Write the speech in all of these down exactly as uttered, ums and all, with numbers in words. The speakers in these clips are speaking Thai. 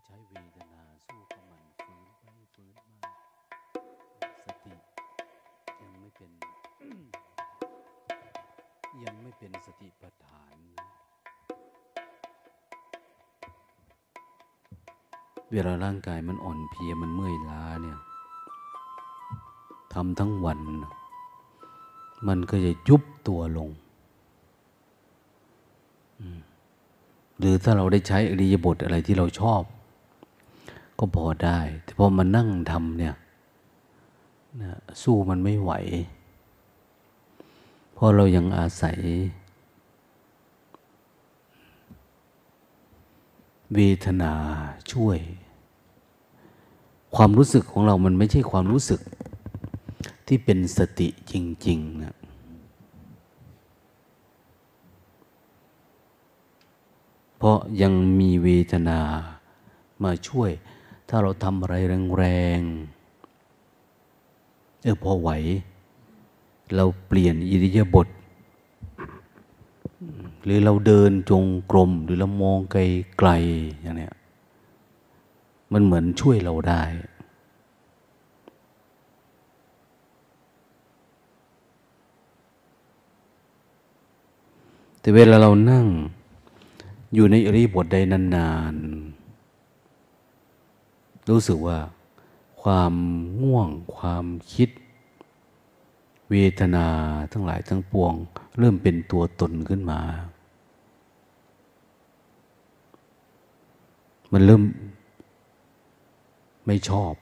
ใช้เวทนาสู้กับมันฝืนไปฝืนมาสติยังไม่เป็น ยังไม่เป็นสติปัฏฐานนะเวลาร่างกายมันอ่อนเพลียมันเมื่อยล้าเนี่ยทำทั้งวันมันก็จะยุบตัวลงหรือถ้าเราได้ใช้อริยบทอะไรที่เราชอบก็พอได้แต่พอมานั่งทำเนี่ยนะสู้มันไม่ไหวเพราะเรายังอาศัยเวทนาช่วยความรู้สึกของเรามันไม่ใช่ความรู้สึกที่เป็นสติจริงๆนะเพราะยังมีเวทนามาช่วยถ้าเราทำอะไรแรงๆเออพอไหวเราเปลี่ยนอิริยาบถหรือเราเดินจงกรมหรือเรามองไกลๆอย่างเนี้ยมันเหมือนช่วยเราได้แต่เวลาเรานั่งอยู่ในอิริยาบถใดนานๆรู้สึกว่าความง่วงความคิดเวทนาทั้งหลายทั้งปวงเริ่มเป็นตัวตนขึ้นมามันเริ่มไม่ชอบ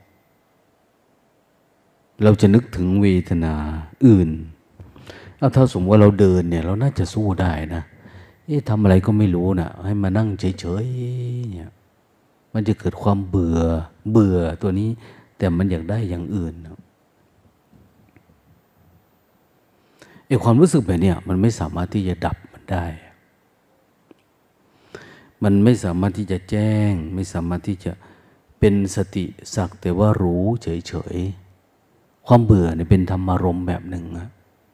เราจะนึกถึงเวทนาอื่นเอาถ้าสมมติว่าเราเดินเนี่ยเราน่าจะสู้ได้นะเอ๊ะทำอะไรก็ไม่รู้นะให้มานั่งเฉยๆเนี่ยมันจะเกิดความเบื่อเบื่อตัวนี้แต่มันอยากได้อย่างอื่นนะไอ้ความรู้สึกแบบนี้มันไม่สามารถที่จะดับมันได้มันไม่สามารถที่จะแจ้งไม่สามารถที่จะเป็นสติสักแต่ว่ารู้เฉยๆความเบื่อเนี่ยเป็นธรรมารมณ์แบบหนึ่งนะ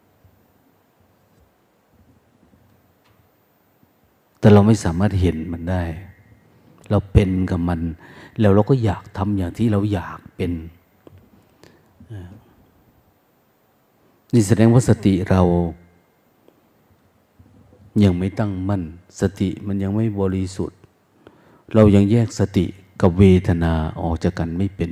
แต่เราไม่สามารถเห็นมันได้เราเป็นกับมันแล้วเราก็อยากทำอย่างที่เราอยากเป็นนี่แสดงว่าสติเรายังไม่ตั้งมั่นสติมันยังไม่บริสุทธิ์เรายังแยกสติกับเวทนาออกจากกันไม่เป็น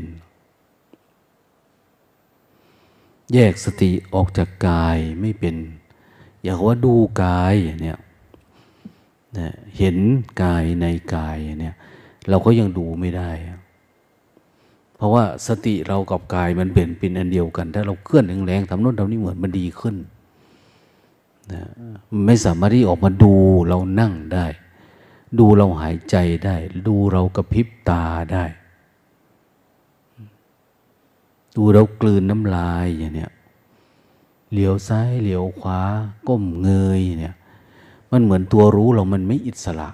แยกสติออกจากกายไม่เป็นอยากว่าดูกายเนี่ยเห็นกายในกายเนี่ยเราก็ยังดูไม่ได้เพราะว่าสติเรากับกายมันเป็นเป็นอันเดียวกันถ้าเราเคลื่อนแรงๆทำโน่นทำนี่เหมือนมันดีขึ้นนะมันไม่สามารถที่ออกมาดูเรานั่งได้ดูเราหายใจได้ดูเรากระพริบตาได้ดูเรากลืนน้ำลายอย่างเนี้ยเหลียวซ้ายเหลียวขวาก้มเงยเนี่ยมันเหมือนตัวรู้เรามันไม่อิสระ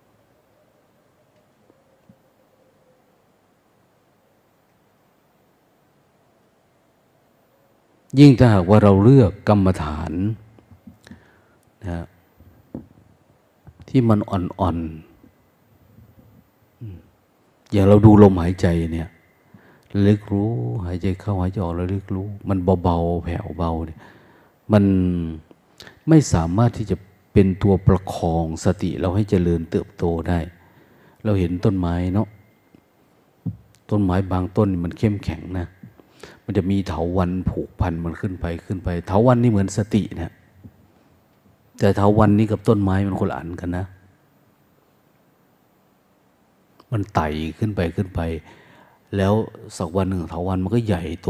ยิ่งถ้าหากว่าเราเลือกกรรมฐานนะที่มันอ่อนๆอย่างเราดูลมหายใจเนี่ยระลึกรู้หายใจเข้าหายใจออกระลึกรู้มันเบาๆแผ่วเบาเนี่ยมันไม่สามารถที่จะเป็นตัวประคองสติเราให้เจริญเติบโตได้เราเห็นต้นไม้เนาะต้นไม้บางต้นมันเข้มแข็งนะมันจะมีเถาวัลย์ผูกพันมันขึ้นไปขึ้นไปเถาวัลย์นี่เหมือนสตินะแต่เถาวัลย์นี้กับต้นไม้มันคนละอันกันนะมันไต่ขึ้นไปขึ้นไปแล้วสักวันหนึ่งเถาวัลย์มันก็ใหญ่โต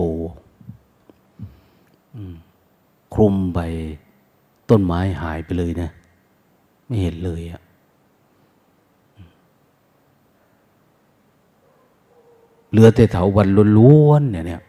คลุมไปต้นไม้หายไปเลยนะไม่เห็นเลยอะเหลือแต่เถาวัลย์ล้วนๆเนี่ยเนี่ย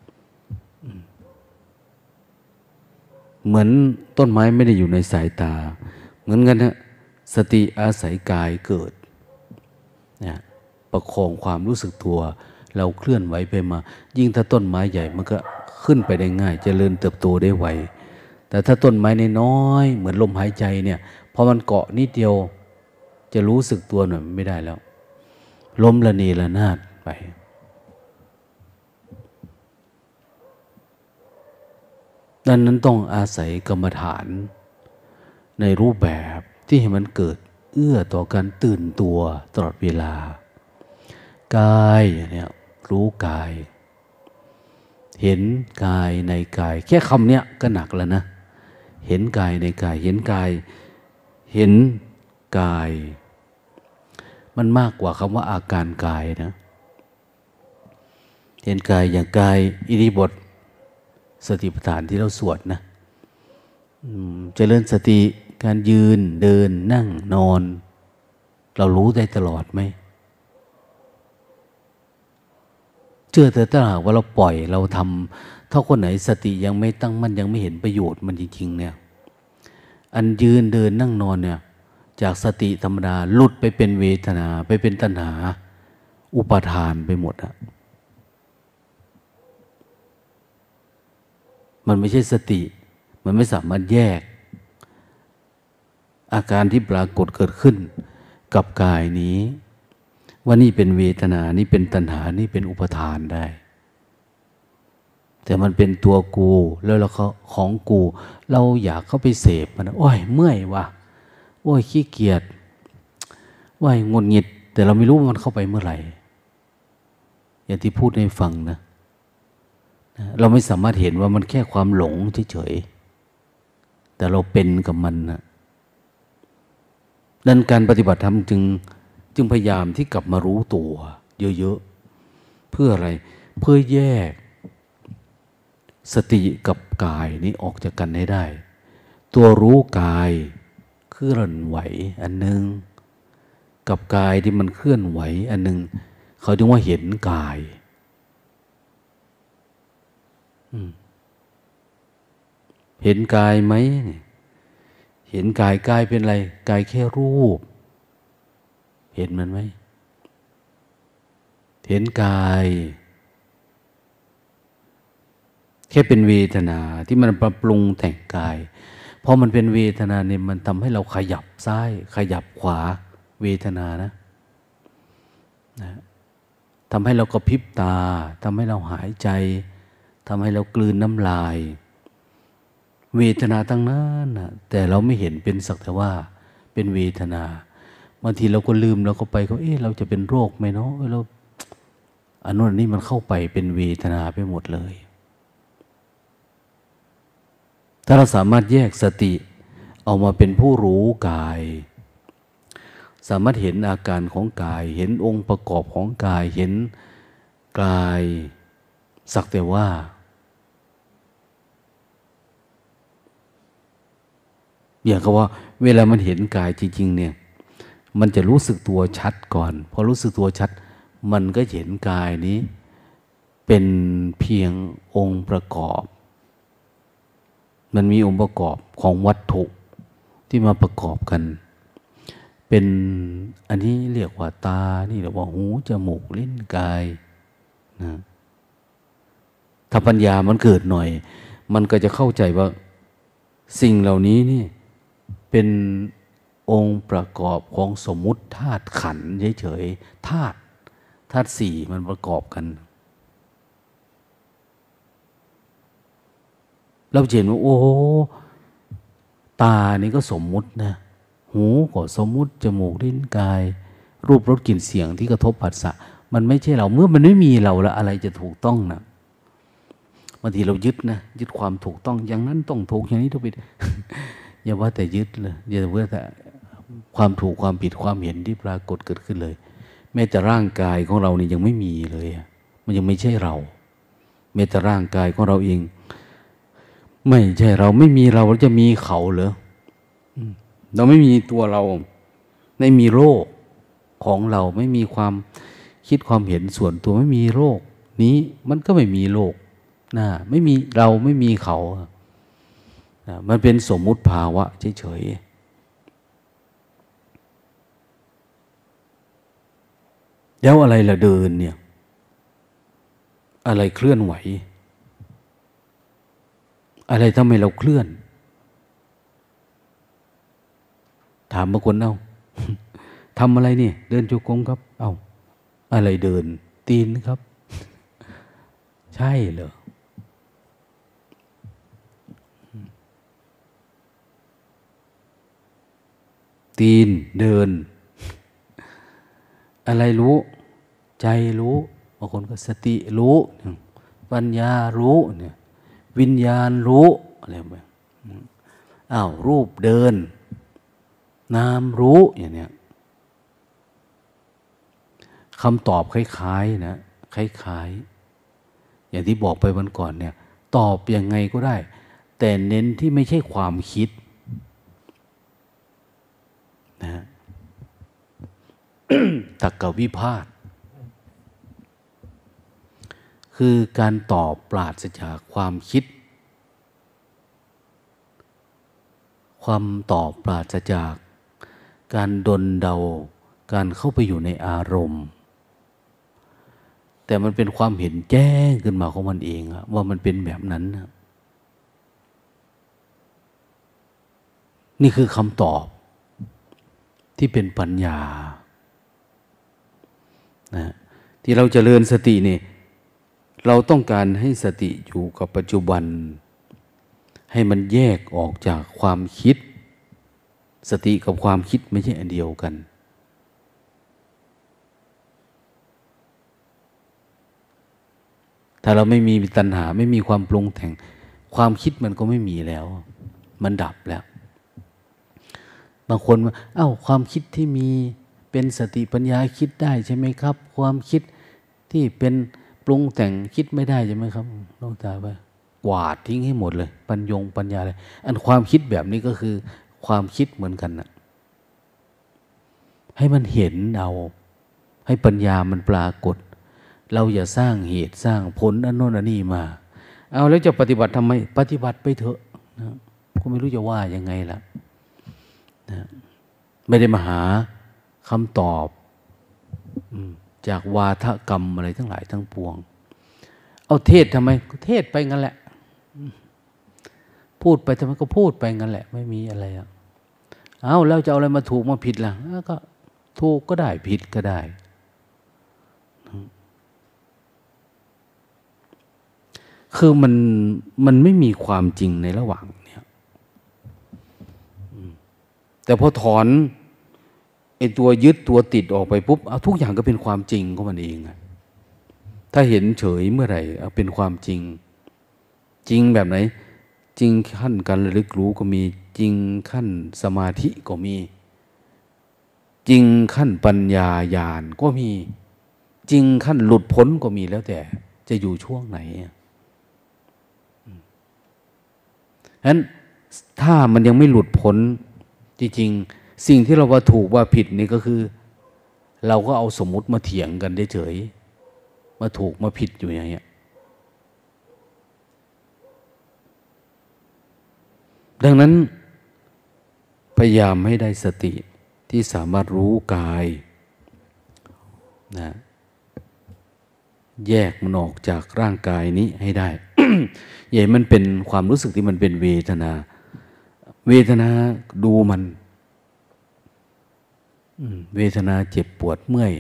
เหมือนต้นไม้ไม่ได้อยู่ในสายตาเหมือนกันนะสติอาศัยกายเกิดนะประคองความรู้สึกตัวเราเคลื่อนไหวไปมายิ่งถ้าต้นไม้ใหญ่มันก็ขึ้นไปได้ง่ายเจริญเติบโตได้ไวแต่ถ้าต้นไม้น้อยๆเหมือนลมหายใจเนี่ยพอมันเกาะนิดเดียวจะรู้สึกตัวหน่อยไม่ได้แล้วล้มละเนระนาดไปดังนั้นต้องอาศัยกรรมฐานในรูปแบบที่ให้มันเกิดเอื้อต่อการตื่นตัวตลอดเวลากายเนี่ยรู้กายเห็นกายในกายแค่คำเนี้ยก็หนักแล้วนะเห็นกายในกายเห็นกายเห็นกายมันมากกว่าคำว่าอาการกายนะเห็นกายอย่างกายอิริบทสติปัฏฐานที่เราสวดนะเจริญสติการยืนเดินนั่งนอนเรารู้ได้ตลอดไหมเชื่อเถอะถ้าหากว่าเราปล่อยเราทำถ้าคนไหนสติยังไม่ตั้งมั่นยังไม่เห็นประโยชน์มันจริงๆเนี่ยอันยืนเดินนั่งนอนเนี่ยจากสติธรรมดาหลุดไปเป็นเวทนาไปเป็นตัณหาอุปาทานไปหมดอะมันไม่ใช่สติมันไม่สามารถแยกอาการที่ปรากฏเกิดขึ้นกับกายนี้ว่านี่เป็นเวทนานี่เป็นตัณหานี่เป็นอุปาทานได้แต่มันเป็นตัวกูแล้วเราเขาของกูเราอยากเข้าไปเสพมันโอ้ยเมื่อยวะโอ้ยขี้เกียจโอ้ยงุนงิดแต่เราไม่รู้ว่ามันเข้าไปเมื่อไหร่อย่างที่พูดให้ฟังนะเราไม่สามารถเห็นว่ามันแค่ความหลงเฉยๆแต่เราเป็นกับมันนะดังนั้นการปฏิบัติธรรมจึงจึงพยายามที่กลับมารู้ตัวเยอะๆเพื่ออะไรเพื่อแยกสติกับกายนี้ออกจากกันให้ได้ตัวรู้กายเคลื่อนไหวอันหนึ่งกับกายที่มันเคลื่อนไหวอันหนึ่งเขาจึงว่าเห็นกายเห็นกายไหมเห็นกายกายเป็นอะไรกายแค่รูปเห็นมันไหมเห็นกายแค่เป็นเวทนาที่มันปรับปรุงแต่งกายพอมันเป็นเวทนาเนี่ยมันทำให้เราขยับซ้ายขยับขวาเวทนานะนะทำให้เรากระพริบตาทำให้เราหายใจทำให้เรากลืนน้ำลายเวทนาตั้งนั้นนะแต่เราไม่เห็นเป็นสักแต่ว่าเป็นเวทนาบางทีเราก็ลืมเราก็ไปก็เอ๊ะเราจะเป็นโรคไหมเนาะเราอันนู้นอันนี้มันเข้าไปเป็นเวทนาไปหมดเลยถ้าเราสามารถแยกสติเอามาเป็นผู้รู้กายสามารถเห็นอาการของกายเห็นองค์ประกอบของกายเห็นกายสักแต่ว่าอย่างกับว่าเวลามันเห็นกายจริงๆเนี่ยมันจะรู้สึกตัวชัดก่อนพอรู้สึกตัวชัดมันก็เห็นกายนี้เป็นเพียงองค์ประกอบมันมีองค์ประกอบของวัตถุที่มาประกอบกันเป็นอันนี้เรียกว่าตานี่เรียกว่าหูจมูกลิ้นกายนะถ้าปัญญามันเกิดหน่อยมันก็จะเข้าใจว่าสิ่งเหล่านี้นี่เป็นองค์ประกอบของสมมุติธาตุขันธ์เฉยๆธาตุธาตุสี่มันประกอบกันเราเห็นว่าโอ้ตานี่ก็สมมุตินะหูก็สมมุติจมูกลิ้นกายรูปรสกลิ่นเสียงที่กระทบผัสสะมันไม่ใช่เราเมื่อมันไม่มีเราแล้วอะไรจะถูกต้องนะบางทีเรายึดนะยึดความถูกต้องอย่างนั้นต้องถูกอย่างนี้ต้องผิด อย่าว่าแต่ยึดเลยอย่าว่าแต่ความถูกความผิดความเห็นที่ปรากฏเกิดขึ้นเลยแม้แต่ร่างกายของเรานี่ยังไม่มีเลยมันยังไม่ใช่เราแม้แต่ร่างกายของเราเองไม่ใช่เราไม่มีเราแล้วจะมีเขาเหรอเราไม่มีตัวเราไม่มีโลกของเราไม่มีความคิดความเห็นส่วนตัวไม่มีโลกนี้มันก็ไม่มีโลกนะไม่มีเราไม่มีเขานะมันเป็นสมมุติภาวะเฉยๆแล้วอะไรล่ะเดินเนี่ยอะไรเคลื่อนไหวอะไรทำให้เราเคลื่อนถามบางคนเอ้าทำอะไรนี่เดินจงกรมครับเอ้าอะไรเดินตีนครับใช่เหรอตีนเดินอะไรรู้ใจรู้บางคนก็สติรู้ปัญญารู้เนี่ยวิญญาณรู้อะไรแบบอ้าวรูปเดินนามรู้อย่างเนี้ยคำตอบคล้ายๆนะคล้ายๆอย่างที่บอกไปวันก่อนเนี่ยตอบยังไงก็ได้แต่เน้นที่ไม่ใช่ความคิดนะ ตรรกวิพากษ์คือการตอบปราศจากความคิดความตอบปราศจากการดลเดาการเข้าไปอยู่ในอารมณ์แต่มันเป็นความเห็นแจ้งขึ้นมาของมันเองว่ามันเป็นแบบนั้นนะนี่คือคำตอบที่เป็นปัญญานะที่เราจเจริญสตินี่เราต้องการให้สติอยู่กับปัจจุบันให้มันแยกออกจากความคิดสติกับความคิดไม่ใช่อันเดียวกันถ้าเราไม่มีตัณหาไม่มีความปรุงแต่งความคิดมันก็ไม่มีแล้วมันดับแล้วบางคนว่าเอ้าความคิดที่มีเป็นสติปัญญาคิดได้ใช่ไหมครับความคิดที่เป็นปรุงแต่งคิดไม่ได้ใช่ไหมครับลองตาไปกวาดทิ้งให้หมดเลยปัญญงปัญญาอะไรอันความคิดแบบนี้ก็คือความคิดเหมือนกันนะให้มันเห็นเอาให้ปัญญามันปรากฏเราอย่าสร้างเหตุสร้างผลอันโน้นอันนี้มาเอาแล้วจะปฏิบัติทำไมปฏิบัติไปเถอะนะก็ไม่รู้จะว่ายังไงล่ะนะไม่ได้มาหาคำตอบจากวาทกรรมอะไรทั้งหลายทั้งปวงเอาเทศทำไมก็เทศไปงั้นแหละพูดไปทำไมก็พูดไปงั้นแหละไม่มีอะไรอ่ะเอาแล้วจะเอาอะไรมาถูกมาผิดล่ะก็ถูกก็ได้ผิดก็ได้คือมันมันไม่มีความจริงในระหว่างเนี่ยแต่พอถอนไอ้ตัวยึดตัวติดออกไปปุ๊บเอาทุกอย่างก็เป็นความจริงของมันเองถ้าเห็นเฉยเมื่อไหร่เอาเป็นความจริงจริงแบบไหนจริงขั้นการระลึกรู้ก็มีจริงขั้นสมาธิก็มีจริงขั้นปัญญาญาณก็มีจริงขั้นหลุดพ้นก็มีแล้วแต่จะอยู่ช่วงไหนฉะนั้นถ้ามันยังไม่หลุดพ้นจริงๆสิ่งที่เราว่าถูกว่าผิดนี่ก็คือเราก็เอาสมมุติมาเถียงกันเฉยๆมาถูกมาผิดอยู่อย่างเงี้ยดังนั้นพยายามให้ได้สติที่สามารถรู้กายนะแยกมันออกจากร่างกายนี้ให้ได้ อย่าให้มันเป็นความรู้สึกที่มันเป็นเวทนาเวทนาดูมันเวทนาเจ็บปวดเมื่อย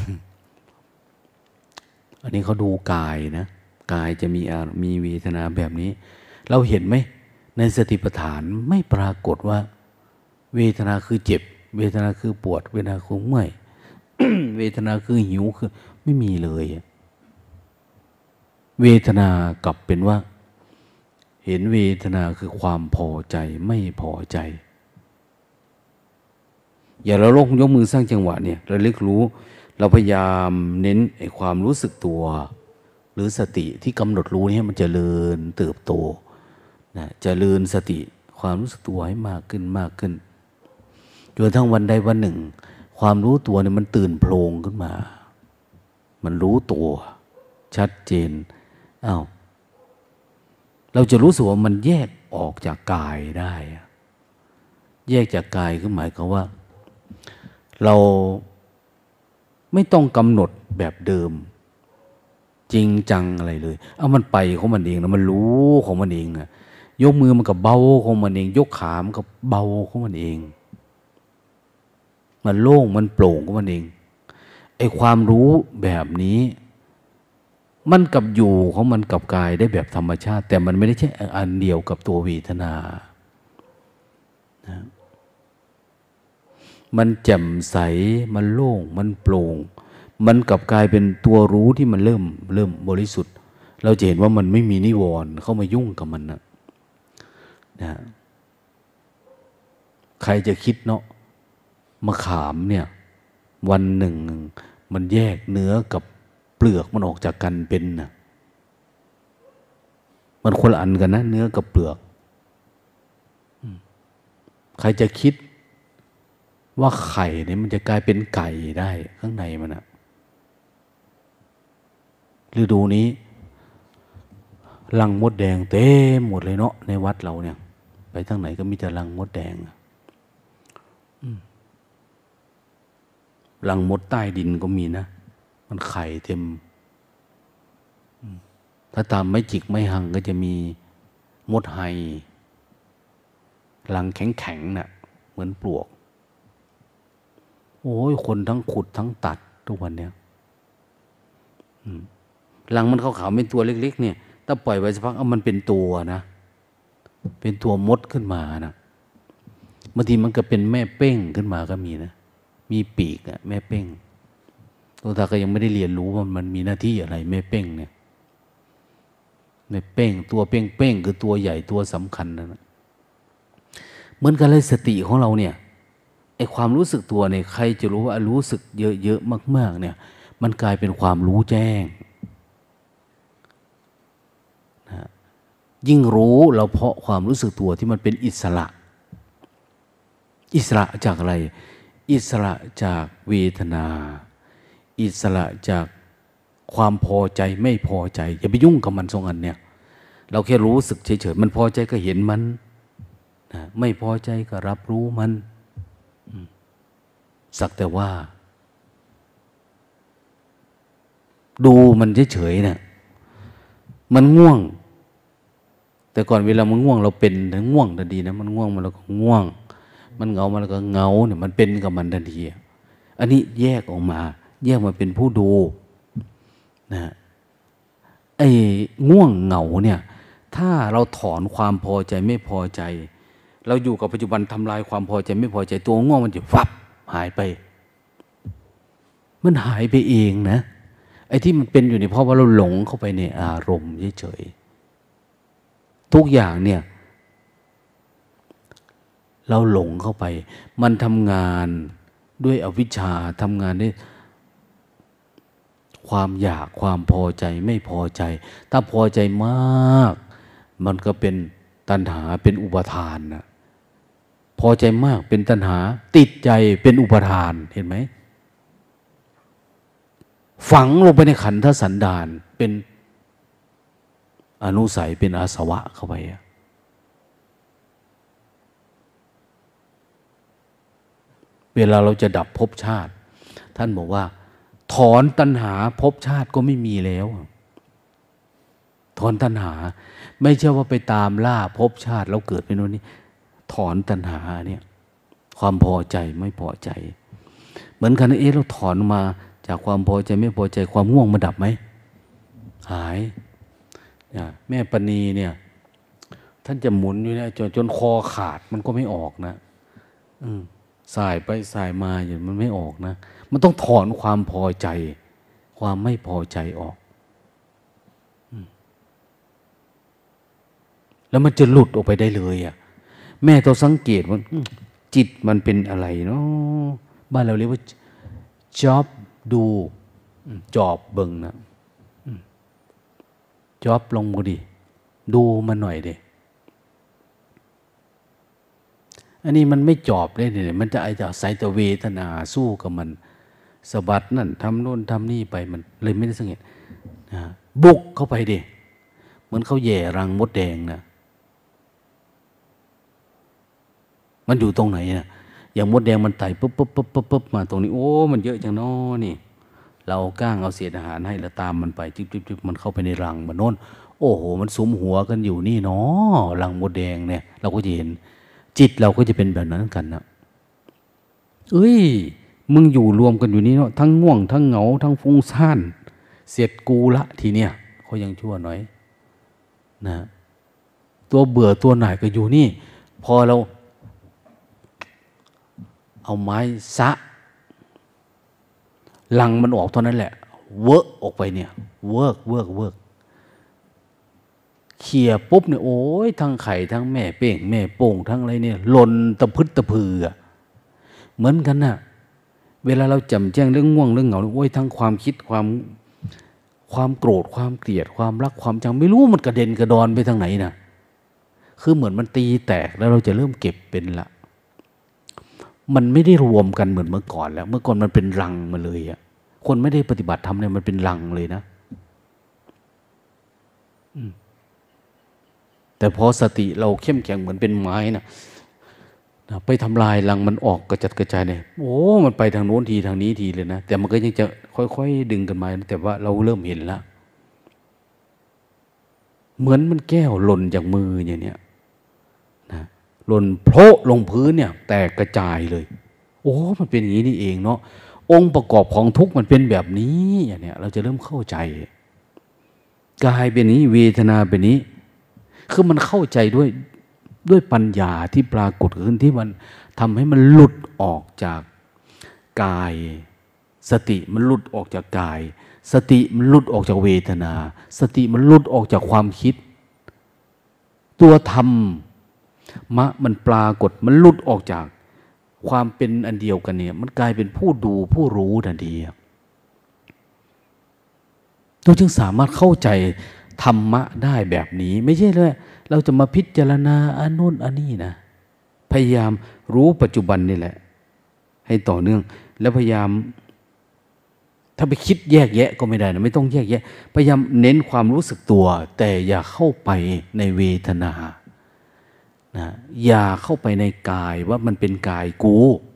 อันนี้เขาดูกายนะกายจะมีมีเวทนาแบบนี้เราเห็นไหมในสติปัฏฐานไม่ปรากฏว่าเวทนาคือเจ็บเวทนาคือปวดเวทนาคือเมื่อย เวทนาคือหิวคือไม่มีเลยเวทนากลับเป็นว่าเห็นเวทนาคือความพอใจไม่พอใจอย่าเราลงยกมือสร้างจังหวะเนี่ยเราเลึกรู้เราพยายามเน้นไอ้ความรู้สึกตัวหรือสติที่กำหนดรู้นี่มันจะเจริญเติบโตนะเจริญสติความรู้สึกตัวให้มากขึ้นมากขึ้นจนทั้งวันใดวันหนึ่งความรู้ตัวเนี่ยมันตื่นโพลงขึ้นมามันรู้ตัวชัดเจนอ้าวเราจะรู้สึกว่ามันแยกออกจากกายได้แยกจากกายคือหมายความว่าเราไม่ต้องกำหนดแบบเดิมจริงจังอะไรเลยเอามันไปของมันเองนะมันรู้ของมันเองนะยกมือมันก็เบาของมันเองยกขามันก็เบาของมันเองมันโล่งมันโปร่งของมันเองไอ้ความรู้แบบนี้มันกับอยู่ของมันกับกายได้แบบธรรมชาติแต่มันไม่ได้ใช่อันเดียวกับตัวเวทนานะมันแจ่มใสมันโล่งมันโปร่งมันกลับกลายเป็นตัวรู้ที่มันเริ่มเริ่มบริสุทธิ์เราจะเห็นว่ามันไม่มีนิวรณ์เข้ามายุ่งกับมันนะนะใครจะคิดเนาะมะขามเนี่ยวันหนึ่งมันแยกเนื้อกับเปลือกมันออกจากกันเป็นนะมันคนละอันกันนะเนื้อกับเปลือกใครจะคิดว่าไข่เนี่ยมันจะกลายเป็นไก่ได้ข้างในมันอะฤดูนี้รังมดแดงเต็มหมดเลยเนาะในวัดเราเนี่ยไปทางไหนก็มีแต่รังมดแดงรังมดใต้ดินก็มีนะมันไข่เต็มถ้าตามไม้จิกไม้หังก็จะมีมดไฮรังแข็งๆน่ะเหมือนปลวกโอ้ยคนทั้งขุดทั้งตัดทุกวันเนี้ยรังมันขาวๆเป็นตัวเล็กๆเนี่ยถ้าปล่อยไว้สักพักเอามันเป็นตัวนะเป็นตัวมดขึ้นมานะบางทีมันก็เป็นแม่เป้งขึ้นมาก็มีนะมีปีกอะแม่เป้งตัวตาก็ยังไม่ได้เรียนรู้ว่ามันมีหน้าที่อะไรแม่เป้งเนี่ยแม่เป้งตัวเป้งเป้งคือตัวใหญ่ตัวสำคัญนะเหมือนกันเลยสติของเราเนี่ยไอความรู้สึกตัวเนี่ยใครจะรู้ว่ารู้สึกเยอะๆมากๆเนี่ยมันกลายเป็นความรู้แจ้งนะยิ่งรู้เราเพราะความรู้สึกตัวที่มันเป็นอิสระอิสระจากอะไรอิสระจากเวทนาอิสระจากความพอใจไม่พอใจอย่าไปยุ่งกับมันสองอันเนี่ยเราแค่รู้สึกเฉยๆมันพอใจก็เห็นมันนะไม่พอใจก็รับรู้มันสักแต่ว่าดูมันเฉยๆเนี่ยมันง่วงแต่ก่อนเวลามันง่วงเราเป็นถึงง่วงทันทีนะมันง่วงมันแล้วก็ง่วงมันเหงามันแล้วก็เหงาเนี่ยมันเป็นกับมันทันทีอันนี้แยกออกมาแยกมาเป็นผู้ดูนะไอ้ง่วงเหงาเนี่ยถ้าเราถอนความพอใจไม่พอใจเราอยู่กับปัจจุบันทำลายความพอใจไม่พอใจตัวง่วงมันจะฟับหายไปมันหายไปเองนะไอ้ที่มันเป็นอยู่เนี่ยเพราะว่าเราหลงเข้าไปในอารมณ์เฉยๆทุกอย่างเนี่ยเราหลงเข้าไปมันทำงานด้วยอวิชชาทำงานด้วยความอยากความพอใจไม่พอใจถ้าพอใจมากมันก็เป็นตัณหาเป็นอุปทานนะพอใจมากเป็นตัณหาติดใจเป็นอุปทานเห็นไหมฝังลงไปในขันธสันดานเป็นอนุสัยเป็นอาสวะเข้าไปเวลาเราจะดับภพชาติท่านบอกว่าถอนตัณหาภพชาติก็ไม่มีแล้วถอนตัณหาไม่ใช่ว่าไปตามล่าภพชาติแล้วเกิดเป็นโน่นนี่ถอนตัณหาเนี่ยความพอใจไม่พอใจเหมือนกันเอ๊ะเราถอนมาจากความพอใจไม่พอใจความง่วงมันดับไหมหายแม่ปณีเนี่ยท่านจะหมุนอยู่เนี่ยจนจนคอขาดมันก็ไม่ออกนะอืมสายไปสายมาอย่างมันไม่ออกนะมันต้องถอนความพอใจความไม่พอใจออกแล้วมันจะหลุดออกไปได้เลยอ่ะแม่ต้องสังเกตว่าจิตมันเป็นอะไรเนาะบ้านเราเรียกว่าจ็อบดูจอบเบิ่งนะจ็อบลงมือดิดูมันหน่อยดิอันนี้มันไม่จอบเลยเนี่ยมันจะไอจะใส่แต่เวทนาสู้กับมันสะบัดนั่นทำโน่นทำนี่ไปมันเลยไม่ได้สังเกตนะบุกเข้าไปดิเหมือนเขาแย่รังมดแดงนะมันอยู่ตรงไหนนะอย่างมดแดงมันไต่ปุ๊บปุ๊บปุ๊บปุ๊บปุ๊บมาตรงนี้โอ้มันเยอะจังน้อนี่เราก้างเอาเศษอาหารให้แล้วตามมันไปจิ๊บจิ๊บจิ๊บมันเข้าไปในรังมันโน่นโอ้โหมันสุมหัวกันอยู่นี่เนาะรังมดแดงเนี่ยเราก็จะเห็นจิตเราก็จะเป็นแบบนั้นกันนะเอ้ยมึงอยู่รวมกันอยู่นี่เนาะทั้งง่วงทั้งเหงาทั้งฟุ้งซ่านเสร็จกูละทีเนี้ยเขายังชั่วหน่อยนะตัวเบื่อตัวหน่ายก็อยู่นี่พอเราเอาไม้ซะลังมันออกเท่านั้นแหละเวิร์กออกไปเนี่ยเวิร์กเวิร์กเวิร์กเขี่ยปุ๊บเนี่ยโอ้ยทั้งไข่ทั้งแม่เป้งแม่โป่งทั้งอะไรเนี่ยหล่นตะพึดตะพือเหมือนกันน่ะเวลาเราจำแจ้งเรื่องง่วงเรื่องเหงาโอ้ยทั้งความคิดความความโกรธความเกลียดความรักความจังไม่รู้มันกระเด็นกระดอนไปทางไหนน่ะคือเหมือนมันตีแตกแล้วเราจะเริ่มเก็บเป็นละมันไม่ได้รวมกันเหมือนเมื่อก่อนแล้วเมื่อก่อนมันเป็นรังมาเลยอ่ะคนไม่ได้ปฏิบัติธรรมเนี่ยมันเป็นรังเลยนะแต่พอสติเราเข้มแข็งเหมือนเป็นไม้นะไปทำลายรังมันออกกระจัดกระจายเนี่ยโอ้มันไปทางโน้นทีทางนี้ทีเลยนะแต่มันก็ยังจะค่อยๆดึงกันมาแต่ว่าเราเริ่มเห็นแล้วเหมือนมันแก้วหล่นจากมืออย่างเนี้ยนะหล่นโผล่ลงพื้นเนี่ยแตกกระจายเลยโอ้มันเป็นอย่างนี้นี่เองเนาะองค์ประกอบของทุกข์มันเป็นแบบนี้อย่างเนี้ยเราจะเริ่มเข้าใจกายเป็นนี้เวทนาเป็นนี้คือมันเข้าใจด้วยด้วยปัญญาที่ปรากฏขึ้นที่มันทำให้มันหลุดออกจากกายสติมันหลุดออกจากกายสติมันหลุดออกจากเวทนาสติมันหลุดออกจากความคิดตัวธรรมมะมันปรากฏมันหลุดออกจากความเป็นอันเดียวกันเนี่ยมันกลายเป็นผู้ดูผู้รู้ทันทีเราจึงสามารถเข้าใจธรรมะได้แบบนี้ไม่ใช่เลยเราจะมาพิจารณาอันโน้นอันนี้นะพยายามรู้ปัจจุบันนี่แหละให้ต่อเนื่องแล้วพยายามถ้าไปคิดแยกแยะก็ไม่ได้นะไม่ต้องแยกแยะพยายามเน้นความรู้สึกตัวแต่อย่าเข้าไปในเวทนานะอย่าเข้าไปในกายว่ามันเป็นกายกู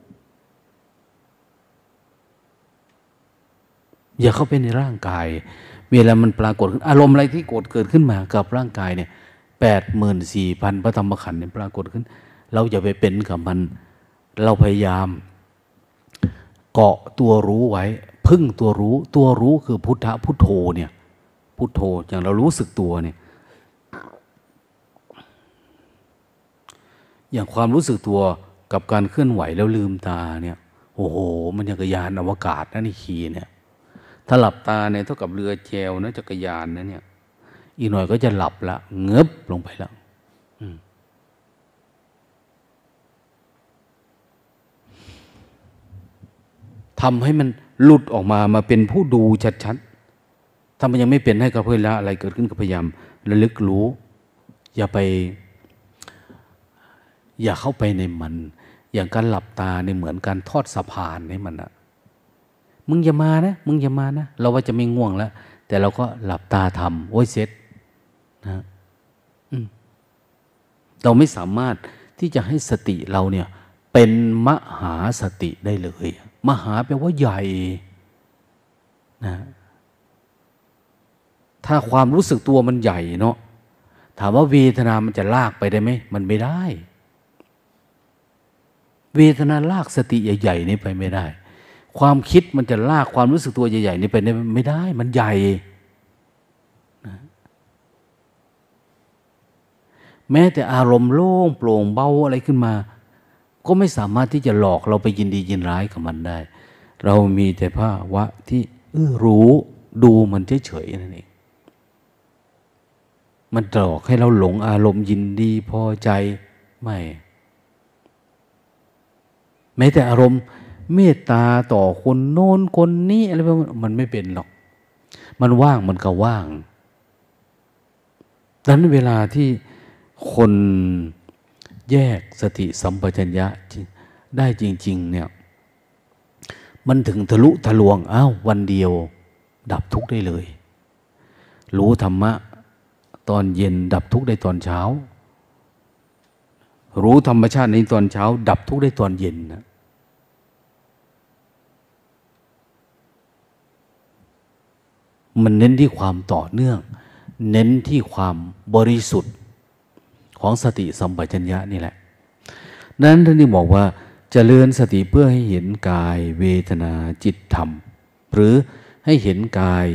อย่าเข้าไปในร่างกายเวลามันปรากฏขึ้นอารมณ์อะไรที่โกรธเกิดขึ้นมากับร่างกายเนี่ยแปดหมื่นสี่พันพระธรรมขันธ์เนี่ยปรากฏขึ้นเราอย่าไปเป็นกับมันเราพยายามเกาะตัวรู้ไว้พึ่งตัวรู้ตัวรู้คือพุทธะพุทโธเนี่ยพุทโธอย่างเรารู้สึกตัวเนี่ยอย่างความรู้สึกตัวกับการเคลื่อนไหวแล้วลืมตาเนี่ยโอ้โหมันยังกระยานอวกาศนะนี่ขี่เนี่ยถ้าหลับตาเนี่ยเท่ากับเรือแจวนะจักรยานนะเนี่ยอีกหน่อยก็จะหลับละเงือบลงไปแล้วทำให้มันหลุดออกมามาเป็นผู้ดูชัดๆถ้ามันยังไม่เป็นให้กับเพื่อนละอะไรเกิดขึ้นก็พยายามระลึกรู้อย่าไปอย่าเข้าไปในมันอย่างการหลับตาเนี่ยเหมือนการทอดสะพานให้มันอะมึงอย่ามานะมึงอย่ามานะเราว่าจะไม่ง่วงแล้วแต่เราก็หลับตาทำโอ้ยเสร็จนะเราไม่สามารถที่จะให้สติเราเนี่ยเป็นมหาสติได้เลยมหาแปลว่าใหญ่นะถ้าความรู้สึกตัวมันใหญ่เนาะถามว่าเวทนามันจะลากไปได้ไหมมันไม่ได้เวทนาลากสติใหญ่ๆนี่ไปไม่ได้ความคิดมันจะลากความรู้สึกตัวใหญ่ๆนี่ไปไม่ได้มันใหญ่นะแม้แต่อารมณ์โล่งโปร่งเบาอะไรขึ้นมาก็ไม่สามารถที่จะหลอกเราไปยินดียินร้ายกับมันได้เรามีแต่ภาวะที่เออรู้ดูมันเฉยๆนั่นเองมันหลอกให้เราหลงอารมณ์ยินดีพอใจไม่แม้แต่อารมณ์เมตตาต่อคนโน้นคนนี้อะไรแบบมันไม่เป็นหรอกมันว่างมันก็ว่างดังนั้นเวลาที่คนแยกสติสัมปชัญญะได้จริงๆเนี่ยมันถึงทะลุทะลวงอ้าววันเดียวดับทุกข์ได้เลยรู้ธรรมะตอนเย็นดับทุกข์ได้ตอนเช้ารู้ธรรมชาติในตอนเช้าดับทุกข์ได้ตอนเย็นนะมันเน้นที่ความต่อเนื่องเน้นที่ความบริสุทธิ์ของสติสัมปชัญญะนี่แหละนั้นท่านที่บอกว่าเจริญสติเพื่อให้เห็นกายเวทนาจิตธรรมหรือให้เห็นกาย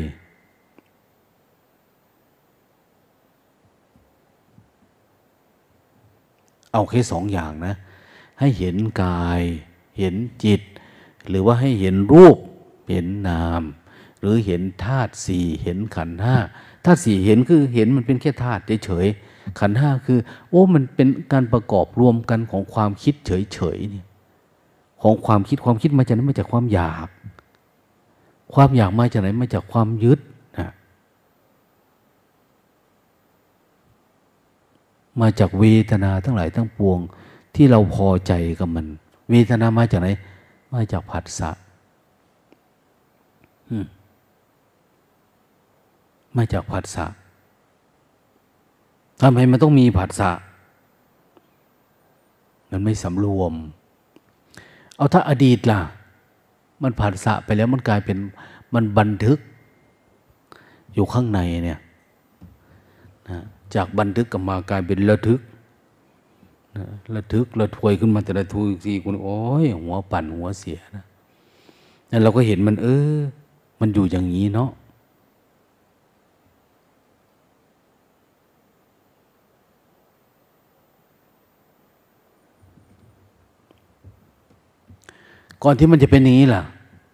เอาแค่สองอย่างนะให้เห็นกายเห็นจิตหรือว่าให้เห็นรูปเห็นนามหรือเห็นธาตุสี่เห็นขันธ์ห้าธาตุสี่เห็นคือเห็นมันเป็นแค่ธาตุเฉยๆขันธ์ห้าคือโอ้มันเป็นการประกอบรวมกันของความคิดเฉยๆเนี่ยของความคิดความคิดมาจากไหนมาจากความอยากความอยากมาจากไหนมาจากความยึดนะมาจากเวทนาทั้งหลายทั้งปวงที่เราพอใจกับมันเวทนามาจากไหนมาจากผัสสะมาจากผัสสะทำไมมันต้องมีผัสสะมันไม่สำรวมเอาถ้าอดีตล่ะมันผัสสะไปแล้วมันกลายเป็นมันบันทึกอยู่ข้างในเนี่ยนะจากบันทึกกับมากลายเป็นระทึกนะระทึกระทวยขึ้นมาแต่ละทวยทีคุณโอ้ยหัวปั่นหัวเสียนะนั่นเราก็เห็นมันเออมันอยู่อย่างนี้เนาะก่อนที่มันจะเป็นอย่างนี้ล่ะ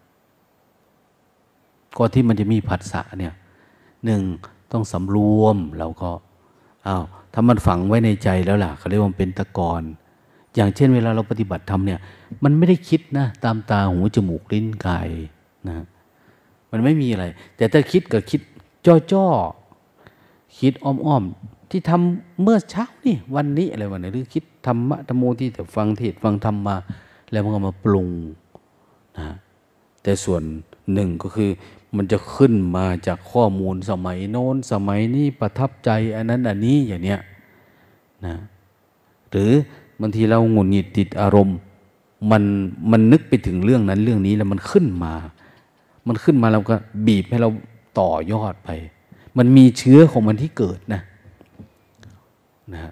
ก่อนที่มันจะมีผัสสะเนี่ยหนึ่งต้องสำรวมเราก็อ้าวถ้ามันฝังไว้ในใจแล้วล่ะเขาเรียกว่าเป็นตะกอนอย่างเช่นเวลาเราปฏิบัติธรรมเนี่ยมันไม่ได้คิดนะตามตาหูจมูกลิ้นกายนะมันไม่มีอะไรแต่ถ้าคิดก็คิดจ้อๆคิดอ้อมๆที่ทำเมื่อเช้านี่วันนี้อะไรวันไหนหรือคิดธรรมะธรรมโมที่แต่ฟังเทศฟังธรรมมาแล้วมันก็มาปรุงนะแต่ส่วนหนึ่งก็คือมันจะขึ้นมาจากข้อมูลสมัยโน้นสมัยนี้ประทับใจอันนั้นอันนี้อย่างเนี้ยนะหรือบางทีเราหงุดหงิดติดอารมณ์มันมันนึกไปถึงเรื่องนั้นเรื่องนี้แล้วมันขึ้นมามันขึ้นมาเราก็บีบให้เราต่อยอดไปมันมีเชื้อของมันที่เกิดนะนะ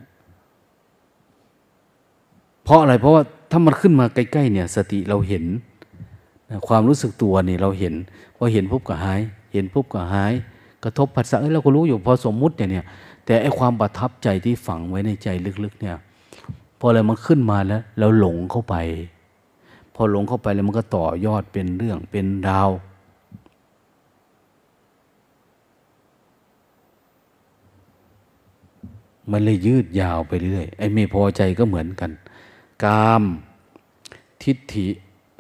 เพราะอะไรเพราะว่าถ้ามันขึ้นมาใกล้ๆเนี่ยสติเราเห็นความรู้สึกตัวนี่เราเห็นพอเห็นปุ๊บก็หายเห็นปุ๊บก็หายกระทบผัสสะเราก็รู้อยู่พอสมมุติเนี่ยแต่ไอ้ความประทับใจที่ฝังไว้ในใจลึกๆเนี่ยพออะไรมันขึ้นมาแล้วเราหลงเข้าไปพอหลงเข้าไปแล้วมันก็ต่อยอดเป็นเรื่องเป็นราวมันเลยยืดยาวไปเรื่อยไอ้ไม่พอใจก็เหมือนกันกามทิฏฐิ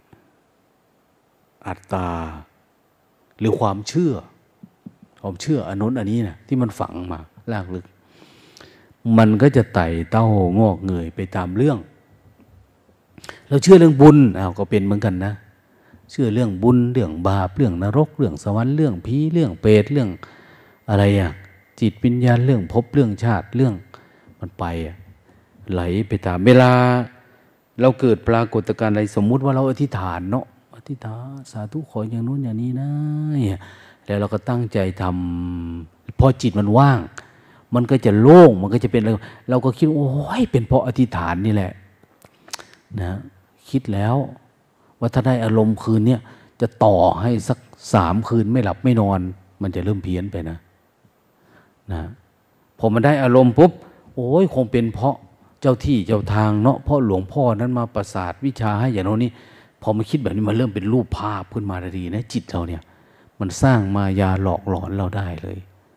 อัตตาหรือความเชื่อความเชื่ออันนู้นอันนี้นะที่มันฝังมาลากลึกมันก็จะไต่เต้างอกเงยไปตามเรื่องเราเชื่อเรื่องบุญอ้าวก็เป็นเหมือนกันนะเชื่อเรื่องบุญเรื่องบาปเรื่องนรกเรื่องสวรรค์เรื่องผีเรื่องเปรตเรื่องอะไรอ่ะจิตวิญญาณเรื่องภพเรื่องชาติเรื่องมันไปอ่ะไหลไปตามเวลาเราเกิดปรากฏการณ์อะไรสมมุติว่าเราอธิษฐานเนาะอธิษฐานสาธุขออย่างนู้นอย่างนี้นะแล้วเราก็ตั้งใจทำพอจิตมันว่างมันก็จะโล่งมันก็จะเป็นเราเราก็คิดโอ้ยเป็นเพราะอธิษฐานนี่แหละนะคิดแล้วว่าถ้าได้อารมณ์คืนนี้จะต่อให้สักสามคืนไม่หลับไม่นอนมันจะเริ่มเพี้ยนไปนะนะพอมันได้อารมณ์ปุ๊บโอ้ยคงเป็นเพราะเจ้าที่เจ้าทางเนาะเพราะหลวงพ่อนั้นมาประสาทวิชาให้อย่างโน้นนี่พอมาคิดแบบนี้มันเริ่มเป็นรูปภาพขึ้นมาทันทีนะจิตเราเนี่ยมันสร้างมายาหลอกหลอนเราได้เลย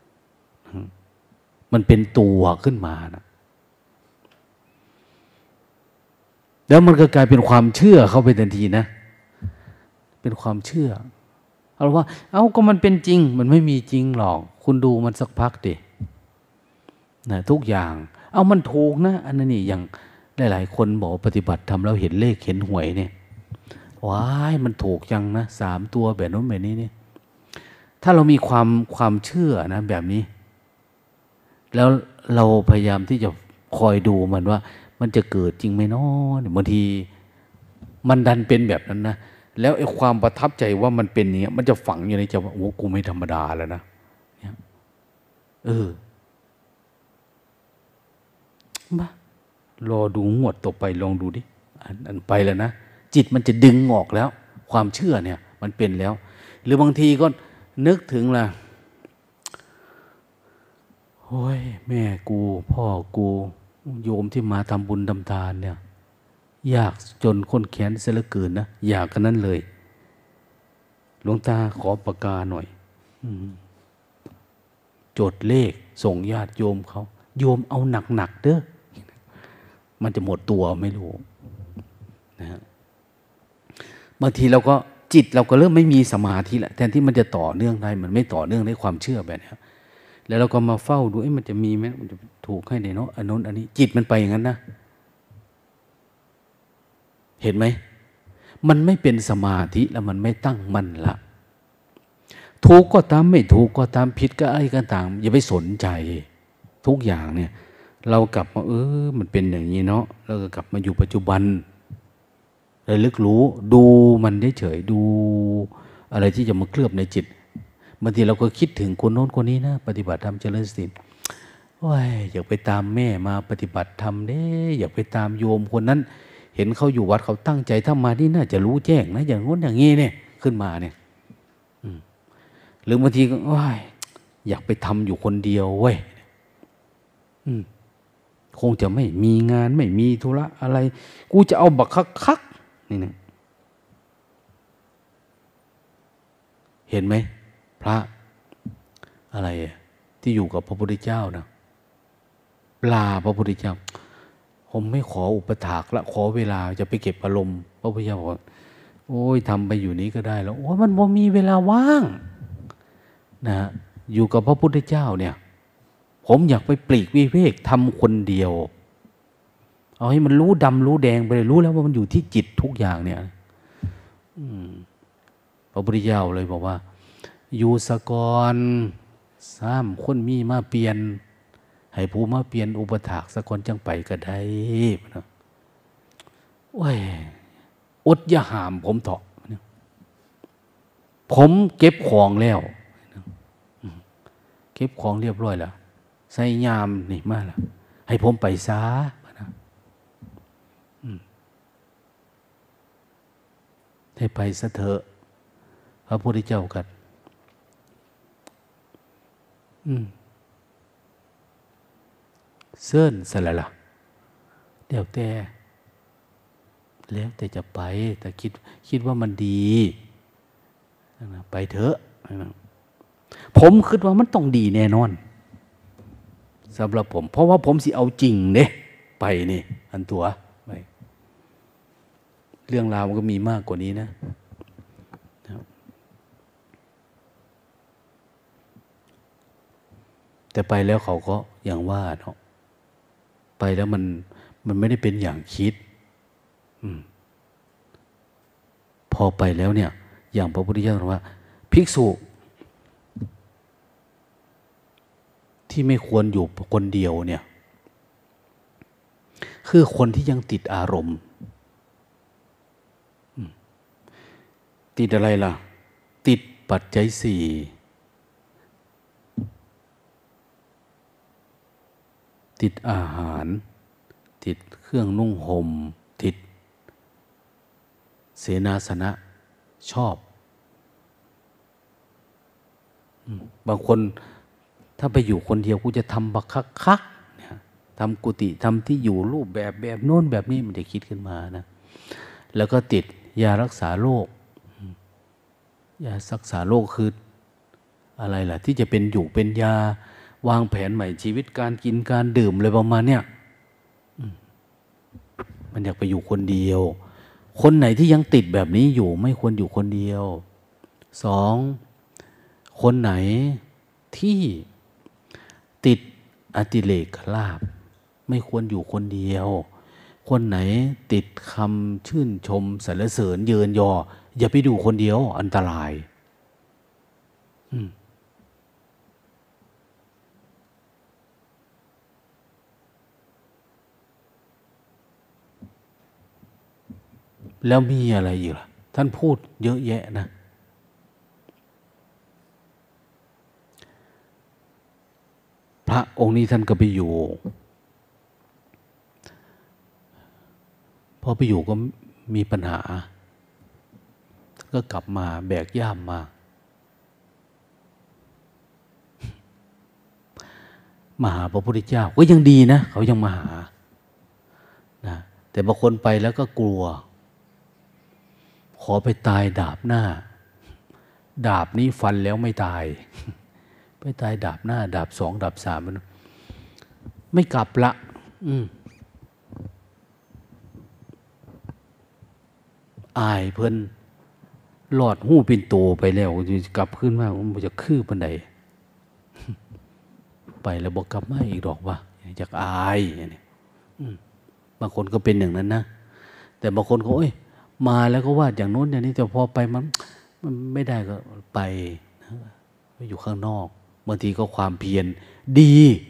มันเป็นตัวขึ้นมานะแล้วมันก็กลายเป็นความเชื่อเข้าไปทันทีนะเป็นความเชื่อเอาว่าเอ้าก็มันเป็นจริงมันไม่มีจริงหรอกคุณดูมันสักพักดินะทุกอย่างเอามันถูกนะอันนั้นนี่อย่างหลายๆคนบอกปฏิบัติทำแล้วเห็นเลขเห็นหวยเนี่ยว้ายมันถูกจังนะสามตัวแบบนู้นแบบนี้เนี่ยถ้าเรามีความความเชื่อนะแบบนี้แล้วเราพยายามที่จะคอยดูมันว่ามันจะเกิดจริงไหมเนาะบางทีมันดันเป็นแบบนั้นนะแล้วไอ้ความประทับใจว่ามันเป็นอย่างเงี้ยมันจะฝังอยู่ในใจว่าโอ้กูไม่ธรรมดาแล้วนะเนี่ยเออมารอดูงวดต่อไปลองดูดิอันอันไปแล้วนะจิตมันจะดึงออกแล้ว ความเชื่อเนี่ยมันเป็นแล้ว หรือบางทีก็นึกถึงล่ะโอ้ยแม่กูพ่อกูโยมที่มาทำบุญทำทานเนี่ยยากจนคนแค้นเสียเหลือเกินนะอยากกันนั้นเลยหลวงตาขอปากกาหน่อยจดเลขส่งญาติโยมเขาโยมเอาหนักๆเด้อมันจะหมดตัวไม่รู้นะฮะบางทีเราก็จิตเราก็เริ่มไม่มีสมาธิละแทนที่มันจะต่อเนื่องได้มันไม่ต่อเนื่องในความเชื่อแบบนี้แล้วเราก็มาเฝ้าดูมันจะมีไหมมันจะถูกให้ในเนาะอันโน้นอันนี้จิตมันไปอย่างนั้นนะเห็นไหมมันไม่เป็นสมาธิแล้วมันไม่ตั้งมั่นละถูกก็ตามไม่ถูกก็ตามผิดก็อะไรก็ต่างอย่าไปสนใจทุกอย่างเนี่ยเรากลับมาเออมันเป็นอย่างนี้เนาะเราก็กลับมาอยู่ปัจจุบันระลึกรู้ดูมันเฉยๆดูอะไรที่จะมาเคลือบในจิตบางทีเราก็คิดถึงคนโน้นคนนี้นะปฏิบัติธรรมเจริญสติโอ้ยอยากไปตามแม่มาปฏิบัติธรรมเด้อยากไปตามโยมคนนั้นเห็นเขาอยู่วัดเขาตั้งใจถ้ามาที่น่าจะรู้แจ้งนะอย่างโน้นอย่างนี้เนี่ยขึ้นมาเนี่ยหรือบางทีก็โอ้ยอยากไปทำอยู่คนเดียวเว้ยคงจะไม่มีงานไม่มีธุระอะไรกูจะเอาบักคักๆนี่นะเห็นไหมพระอะไรที่อยู่กับพระพุทธเจ้านะปลาพระพุทธเจ้าผมไม่ขออุปถากละขอเวลาจะไปเก็บอารมณ์พระพุทธเจ้าบอกโอ้ยทำไปอยู่นี้ก็ได้แล้วโอ้มันบ่มีเวลาว่างนะอยู่กับพระพุทธเจ้าเนี่ยผมอยากไปปลีกวิเวกทำคนเดียวเอาให้มันรู้ดำรู้แดงไปเลยรู้แล้วว่ามันอยู่ที่จิตทุกอย่างเนี่ยพระพุทธเจ้าเลยบอกว่าอยู่สกรสามคนมีมาเปลี่ยนให้ผู้มาเปลี่ยนอุปถากสกรจังไปก็ได้นะโอ้ยอดอย่าหามผมเถอะผมเก็บของแล้วเก็บของเรียบร้อยแล้วใส่ยามนี่มาแล้วให้ผมไปซะนะให้ไปซะเถอะพระพุทธเจ้ากันเซิ่นสละละเดี๋ยวแต่แล้วแต่จะไปแต่คิดคิดว่ามันดีไปเถอะผมคิดว่ามันต้องดีแน่นอนสำหรับผมเพราะว่าผมสิเอาจริงเด้ไปนี่อันตัวไปเรื่องราวมันก็มีมากกว่านี้นะแต่ไปแล้วเขาก็อย่างว่าเนาะไปแล้วมันมันไม่ได้เป็นอย่างคิดอพอไปแล้วเนี่ยอย่างพระพุทธเจ้าบอกว่าภิกษุที่ไม่ควรอยู่คนเดียวเนี่ยคือคนที่ยังติดอารมณ์ติดอะไรล่ะติดปัจจัยสี่ติดอาหารติดเครื่องนุ่งห่มติดเสนาสนะชอบบางคนถ้าไปอยู่คนเดียวกูจะทำบักคักๆเนี่ยทำกุฏิทำที่อยู่รูปแบบแบบโน้นแบบนี้มันจะคิดขึ้นมานะแล้วก็ติดยารักษาโรคยารักษาโรคคืออะไรล่ะที่จะเป็นอยู่เป็นยาวางแผนใหม่ชีวิตการกินการดื่มอะไรประมาณเนี้ยมันอยากไปอยู่คนเดียวคนไหนที่ยังติดแบบนี้อยู่ไม่ควรอยู่คนเดียวสองคนไหนที่ติดอติเลกลาภไม่ควรอยู่คนเดียวคนไหนติดคำชื่นชมสรรเสริญเยินยออย่าไปดูคนเดียวอันตรายแล้วมีอะไรอีกล่ะท่านพูดเยอะแยะนะพระองค์นี้ท่านก็ไปอยู่พอไปอยู่ก็มีปัญหาก็กลับมาแบกย่ามมามาหาพระพุทธเจ้าก็ยังดีนะเขายังมาหานะแต่บางคนไปแล้วก็กลัวขอไปตายดาบหน้าดาบนี้ฟันแล้วไม่ตายไปตายดาบหน้าดาบสองดาบสามมันไม่กลับละอืมอายเพิ่นหลอดหู้เป็นโตไปแล้วกลับขึ้นมามันจะคือปันใดไปแล้วบอกกลับมาอีกดอกว่าอยากอายอย่างนี้บางคนก็เป็นอย่างนั้นนะแต่บางคนก็โอ้ยมาแล้วก็ว่าอย่างโน้นอย่างนี้แต่พอไปมันมันไม่ได้ก็ไปอยู่ข้างนอกบางทีก็ความเพียรดี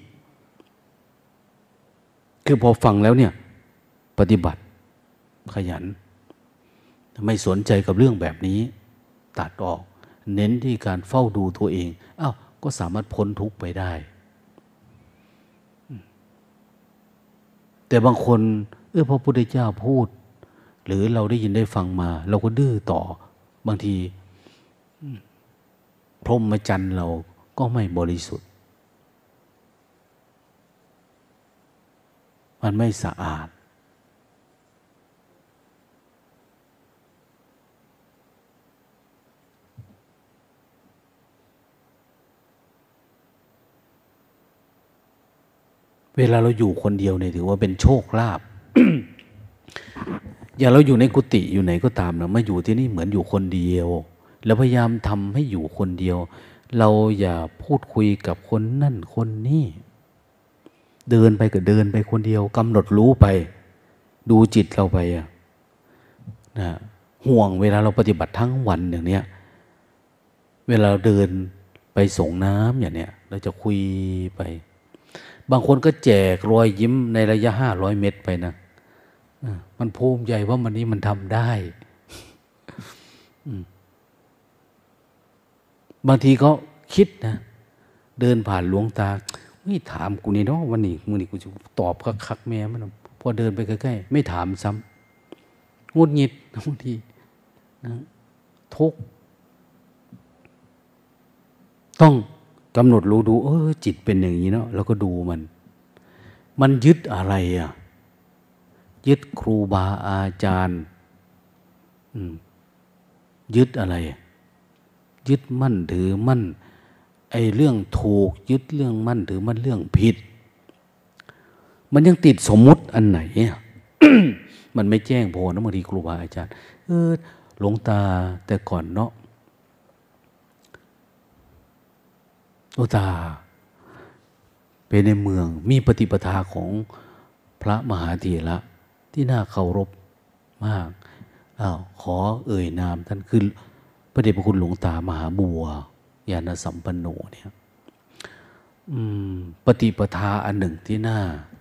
คือพอฟังแล้วเนี่ยปฏิบัติขยันไม่สนใจกับเรื่องแบบนี้ตัดออกเน้นที่การเฝ้าดูตัวเองอ้าวก็สามารถพ้นทุกข์ไปได้แต่บางคนเออพระพุทธเจ้าพูดหรือเราได้ยินได้ฟังมาเราก็ดื้อต่อบางทีพรหมจรรย์เราก็ไม่บริสุทธิ์มันไม่สะอาดเวลาเราอยู่คนเดียวเนี่ยถือว่าเป็นโชคลาภ อย่างเราอยู่ในกุฏิอยู่ไหนก็ตามนะมาอยู่ที่นี่เหมือนอยู่คนเดียวแล้วพยายามทำให้อยู่คนเดียวเราอย่าพูดคุยกับคนนั่นคนนี้เดินไปก็เดินไปคนเดียวกำหนดรู้ไปดูจิตเราไปอะนะห่วงเวลาเราปฏิบัติทั้งวันอย่างเนี้ยเวลาเราเดินไปส่งน้ำอย่างเนี้ยเราจะคุยไปบางคนก็แจกรอยยิ้มในระยะห้าร้อยเมตรไปนะมันภูมิใจว่ามันนี้มันทำได้บางทีก็คิดนะเดินผ่านหลวงตาไม่ถามกูนี่เนาะวันนี้มึงนี่กูจะตอบคักๆแม่มันพอเดินไปใกล้ๆไม่ถามซ้ำงุดหงิดบางทีนะทุกข์ต้องกำหนดรู้ดูเออจิตเป็นอย่างนี้เนาะแล้วก็ดูมันมันยึดอะไรอ่ะยึดครูบาอาจารย์ยึดอะไรยึดมั่นถือมั่นไอ้เรื่องถูกยึดเรื่องมั่นถือมั่นเรื่องผิดมันยังติดสมมุติอันไหน มันไม่แจ้งพอนะบางทีครูบาอาจารย์เออหลวงตาแต่ก่อนเนาะหลวงตาเป็นในเมืองมีปฏิปทาของพระมหาเถระที่น่าเคารพมากอ้าวขอเอ่ยนามท่านคือพระเดชพระคุณหลวงตามหาบัวญาณสัมปันโนเนี่ยปฏิปทาอันหนึ่งที่น่า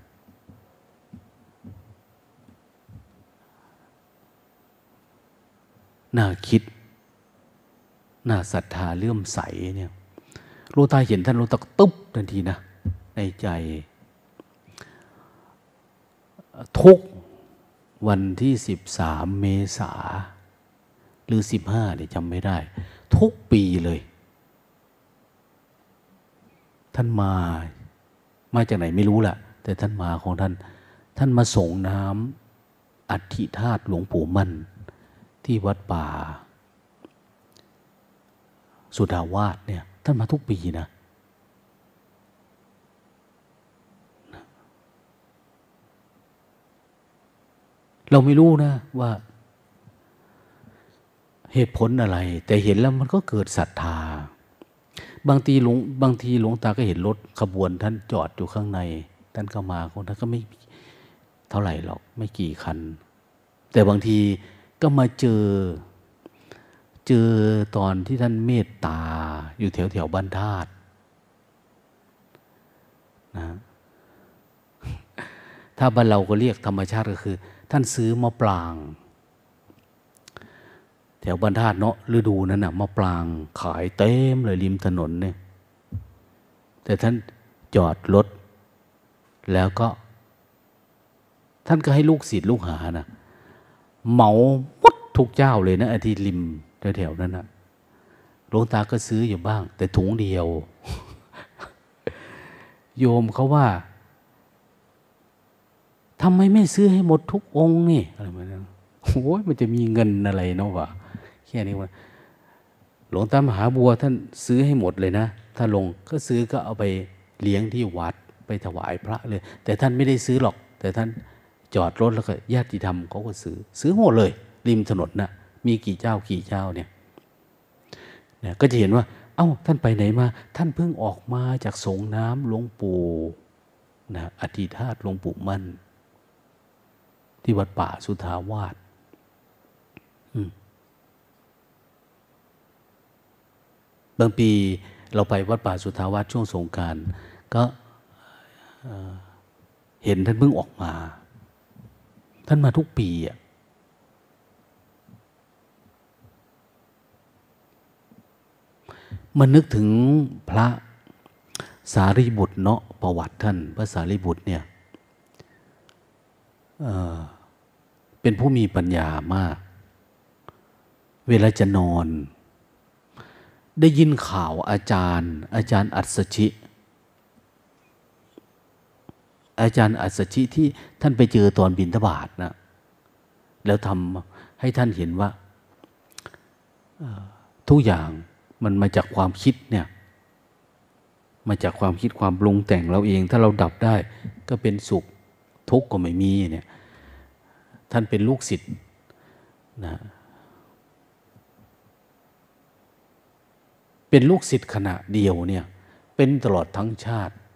น่าคิดน่าศรัทธาเลื่อมใสเนี่ยหลวงตาเห็นท่านหลวงตาตุ๊บทันทีนะในใจทุกวันที่สิบสามเมษาหรือสิบห้าเนี่ยจำไม่ได้ทุกปีเลยท่านมามาจากไหนไม่รู้แหละแต่ท่านมาของท่านท่านมาส่งน้ำอัฐิธาตุหลวงปู่มั่นที่วัดป่าสุดาวาสเนี่ยท่านมาทุกปีนะเราไม่รู้นะว่าเหตุผลอะไรแต่เห็นแล้วมันก็เกิดศรัทธาบางทีหลวงบางทีหลวงตาก็เห็นรถขบวนท่านจอดอยู่ข้างในท่านก็มาของท่านก็ไม่เท่าไหร่หรอกไม่กี่คันแต่บางทีก็มาเจอเจอตอนที่ท่านเมตตาอยู่แถวแถวบ้านธาตุนะถ้าบ้านเราก็เรียกธรรมชาติก็คือท่านซื้อมะปรางแถวบ้านธาตุเนาะฤดูนั้นน่ะมะปรางขายเต็มเลยริมถนนเนี่ยแต่ท่านจอดรถแล้วก็ท่านก็ให้ลูกศิษย์ลูกหานะเหมาหมดทุกเจ้าเลยนะไอ้ที่ริมแถวๆนั้นนะหลวงตาก็ซื้ออยู่บ้างแต่ถุงเดียว โยมเขาว่าทำไมไม่ซื้อให้หมดทุกองค์นี่อะไรแบบนั้นโอ้ยมันจะมีเงินอะไรเนาะวะแค่นี้ว่าหลวงตามหาบัวท่านซื้อให้หมดเลยนะถ้าลงก็ซื้อก็เอาไปเลี้ยงที่วัดไปถวายพระเลยแต่ท่านไม่ได้ซื้อหรอกแต่ท่านจอดรถแล้วก็ญาติธรรมเขาก็ซื้อซื้อหมดเลยริมถนนนะมีกี่เจ้ากี่เจ้าเนี่ยเนี่ยก็จะเห็นว่าเอ้าท่านไปไหนมาท่านเพิ่งออกมาจากสงน้ำหลวงปู่นะอธิธาตุหลวงปู่มั่นที่วัดป่าสุทาวาสบางปีเราไปวัดป่าสุทาวาสช่วงสงกรานต์ก็เห็นท่านเพิ่งออกมาท่านมาทุกปีอ่ะมันนึกถึงพระสารีบุตรเนาะประวัติท่านพระสารีบุตรเนี่ยเอ่อเป็นผู้มีปัญญามากเวลาจะนอนได้ยินข่าวอาจารย์อาจารย์อัศชิอาจารย์อัศชิที่ท่านไปเจอตอนบิณฑบาตนะแล้วทำให้ท่านเห็นว่าทุกอย่างมันมาจากความคิดเนี่ยมาจากความคิดความปรุงแต่งเราเองถ้าเราดับได้ก็เป็นสุขทุกข์ก็ไม่มีเนี่ยท่านเป็นลูกศิษย์นะเป็นลูกศิษย์ขณะเดียวเนี่ยเป็นตลอดทั้งชาติ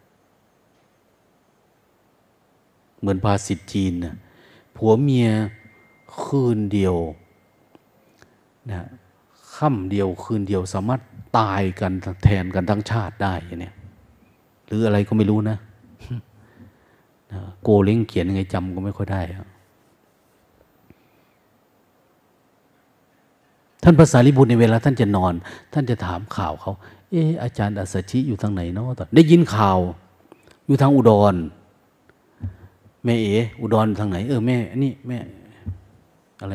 เหมือนภาษิตจีนนะผัวเมียคืนเดียวนะค่ำเดียวคืนเดียวสามารถตายกันแทนกันทั้งชาติได้เนี่ยหรืออะไรก็ไม่รู้นะนะโกเล้งเขียนยังไงจำก็ไม่ค่อยได้ท่านพระสารีบุตรในเวลาท่านจะนอนท่านจะถามข่าวเขาเอออาจารย์อัสสชิอยู่ทางไหนเนาะตอนได้ยินข่าวอยู่ทางอุดรแม่เอ๋อุดรทางไหนเออแม่นี่แม่อะไร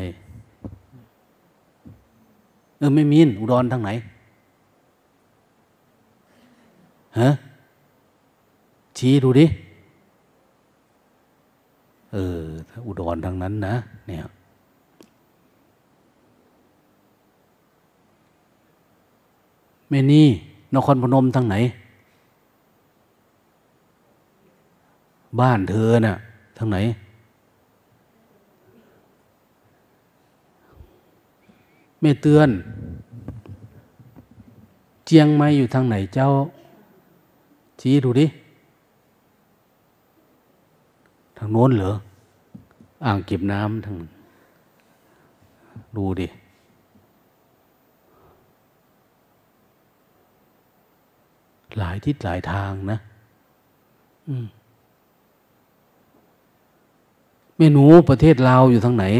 เออแม่มีนอุดรทางไหนฮะชี้ดูดิเออถ้าอุดรทางนั้นนะเนี่ยแม่นี่นครพนมทางไหนบ้านเธอน่ะทางไหนแม่เตือนเจียงใหม่อยู่ทางไหนเจ้าชี้ดูดิทางโน้นเหรออ่างเก็บน้ำทางดูดิหลายทิศหลายทางนะอืมแม่หนูประเทศลาวอยู่ทางไหน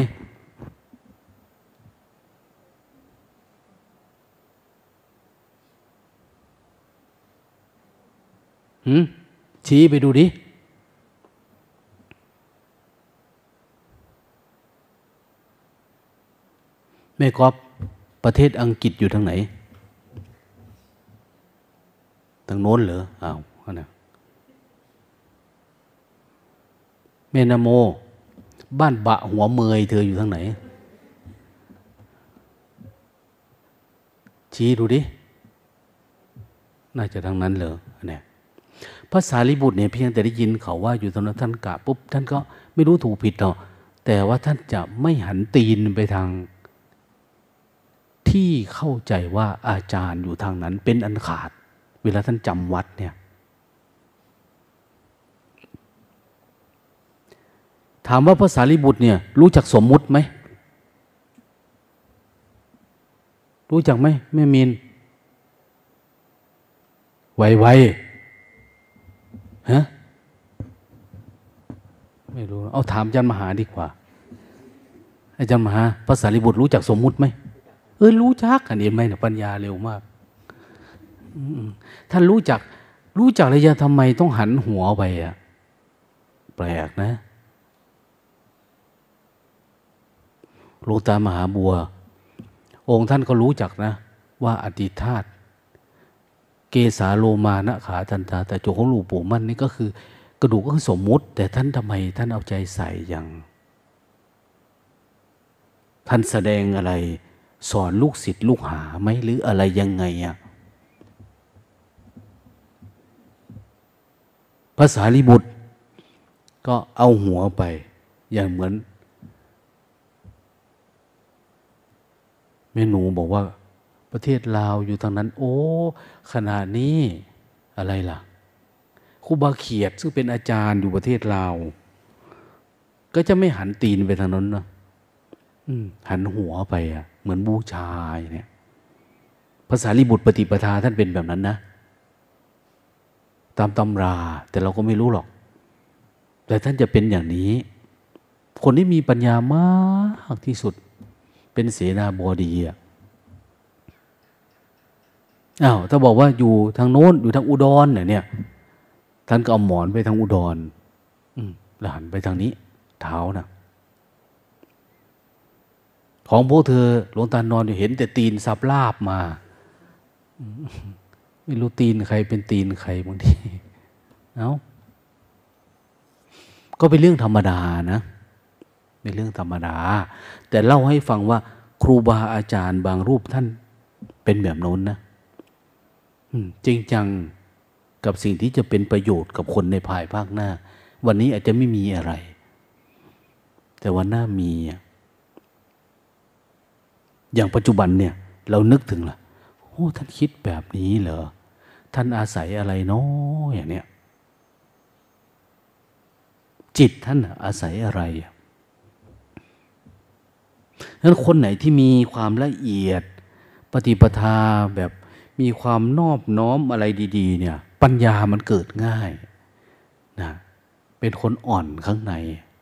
หืมชี้ไปดูดิแม่กอบประเทศอังกฤษอยู่ทางไหนทางโน้นเหรออ้าวนะแม่นโมบ้านบะหัวเมยเธออยู่ทางไหนชี้ดูดิน่าจะทางนั้นเหรอเนี่ยพระสารีบุตรเนี่ยเพียงแต่ได้ยินเขาว่าอยู่ตรงนั้นท่านกะปุ๊บท่านก็ไม่รู้ถูกผิดหรอกแต่ว่าท่านจะไม่หันตีนไปทางที่เข้าใจว่าอาจารย์อยู่ทางนั้นเป็นอันขาดเวลาท่านจำวัดเนี่ยถามว่าพระสารีบุตรเนี่ยรู้จักสมมุติไหมรู้จักไหมแม่มีนไวๆฮะไม่รู้เอาถามอาจารย์มหาดีกว่าอาจารย์มหาพระสารีบุตรรู้จักสมมุติไหมเออรู้จักอันนี้ไหมเนี่ยปัญญาเร็วมากท่านรู้จักรู้จักเลยจะทำไมต้องหันหัวไปอ่ะแปลกนะหลวงตามหาบัวองค์ท่านก็รู้จักนะว่าอดีตธาตุเกสาโลมานะขาทันตาแต่โจของหลวงปู่มั่นนี่ก็คือกระดูกก็คือสมมุติแต่ท่านทำไมท่านเอาใจใส่อย่างท่านแสดงอะไรสอนลูกศิษย์ลูกหาไหมหรืออะไรยังไงอะภาษาลิบุตรก็เอาหัวไปอย่างเหมือนแม่หนูบอกว่าประเทศลาวอยู่ทางนั้นโอ้ขนาดนี้อะไรล่ะครูบาเขียดซึ่งเป็นอาจารย์อยู่ประเทศลาวก็จะไม่หันตีนไปทางนั้นนะหันหัวไปอ่ะเหมือนบูชาเนี่ยภาษาลิบุตรปฏิปทาท่านเป็นแบบนั้นนะตามตำราแต่เราก็ไม่รู้หรอกแต่ท่านจะเป็นอย่างนี้คนที่มีปัญญามากที่สุดเป็นเสนาบดีอ่ะอ้าวถ้าบอกว่าอยู่ทางโน้นอยู่ทางอุดรเนี่ยท่านก็เอาหมอนไปทางอุดรแล้วหันไปทางนี้เท้านะของพวกเธอหลวงตานอนอยู่เห็นแต่ตีนสับลาบมาไม่รู้ตีนใครเป็นตีนใครบางทีเอ้าก็เป็นเรื่องธรรมดานะเป็นเรื่องธรรมดาแต่เล่าให้ฟังว่าครูบาอาจารย์บางรูปท่านเป็นแบบโน้นนะจริงจังกับสิ่งที่จะเป็นประโยชน์กับคนในภายภาคหน้าวันนี้อาจจะไม่มีอะไรแต่วันหน้ามีอย่างปัจจุบันเนี่ยเรานึกถึงล่ะโอ้ท่านคิดแบบนี้เหรอท่านอาศัยอะไรเนาะอย่างเนี้ยจิตท่านอาศัยอะไรนั้นคนไหนที่มีความละเอียดปฏิปทาแบบมีความนอบน้อมอะไรดีๆเนี่ยปัญญามันเกิดง่ายนะเป็นคนอ่อนข้างใน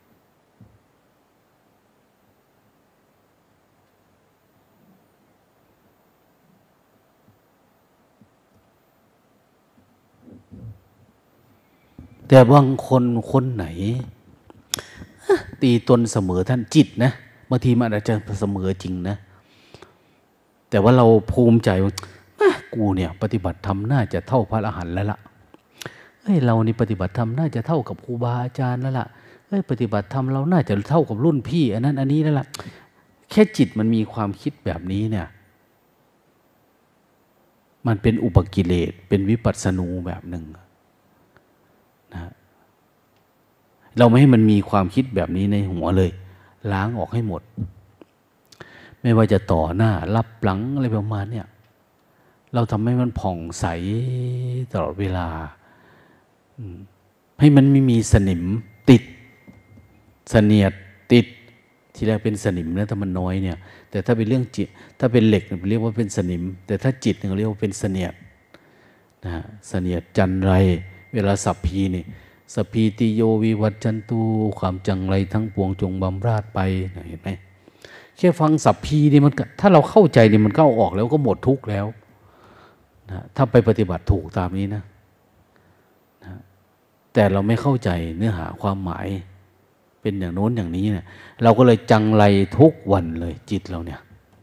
แต่บางคนคนไหนตีตนเสมอท่านจิตนะบางทีมันอาจจะเสมอจริงนะแต่ว่าเราภูมิใจว่ากูเนี่ยปฏิบัติธรรมน่าจะเท่าพระอรหันต์แล้วล่ะเฮ้ยเรานี่ปฏิบัติธรรมน่าจะเท่ากับครูบาอาจารย์แล้วล่ะเฮ้ยปฏิบัติธรรมเราน่าจะเท่ากับรุ่นพี่อันนั้นอันนี้แล้วล่ะแค่จิตมันมีความคิดแบบนี้เนี่ยมันเป็นอุปกิเลสเป็นวิปัสสนูแบบหนึ่งนะเราไม่ให้มันมีความคิดแบบนี้ในหัวเลยล้างออกให้หมดไม่ว่าจะต่อหน้ารับหลังอะไรประมาณเนี่ยเราทำให้มันผ่องใสตลอดเวลาให้มันไม่มีสนิมติดเสนียดติดทีแรกเป็นสนิมนะถ้ามันน้อยเนี่ยแต่ถ้าเป็นเรื่องจิตถ้าเป็นเหล็กเรียกว่าเป็นสนิมแต่ถ้าจิตเรียกว่าเป็นเสนียดนะเสนียดจันไรเวลาสัพพีนี่สัพพีติโยวิวัจจันตุความจังไรทั้งปวงจงบำราดไปเห็นไหมแค่ฟังสัพพีนี่มันถ้าเราเข้าใจนี่มันก็เอาออกแล้วก็หมดทุกข์แล้วนะถ้าไปปฏิบัติถูกตามนี้นะนะแต่เราไม่เข้าใจเนื้อหาความหมายเป็นอย่างโน้นอย่างนี้เนี่ยเราก็เลยจังไรทุกวันเลยจิตเราเนี่ย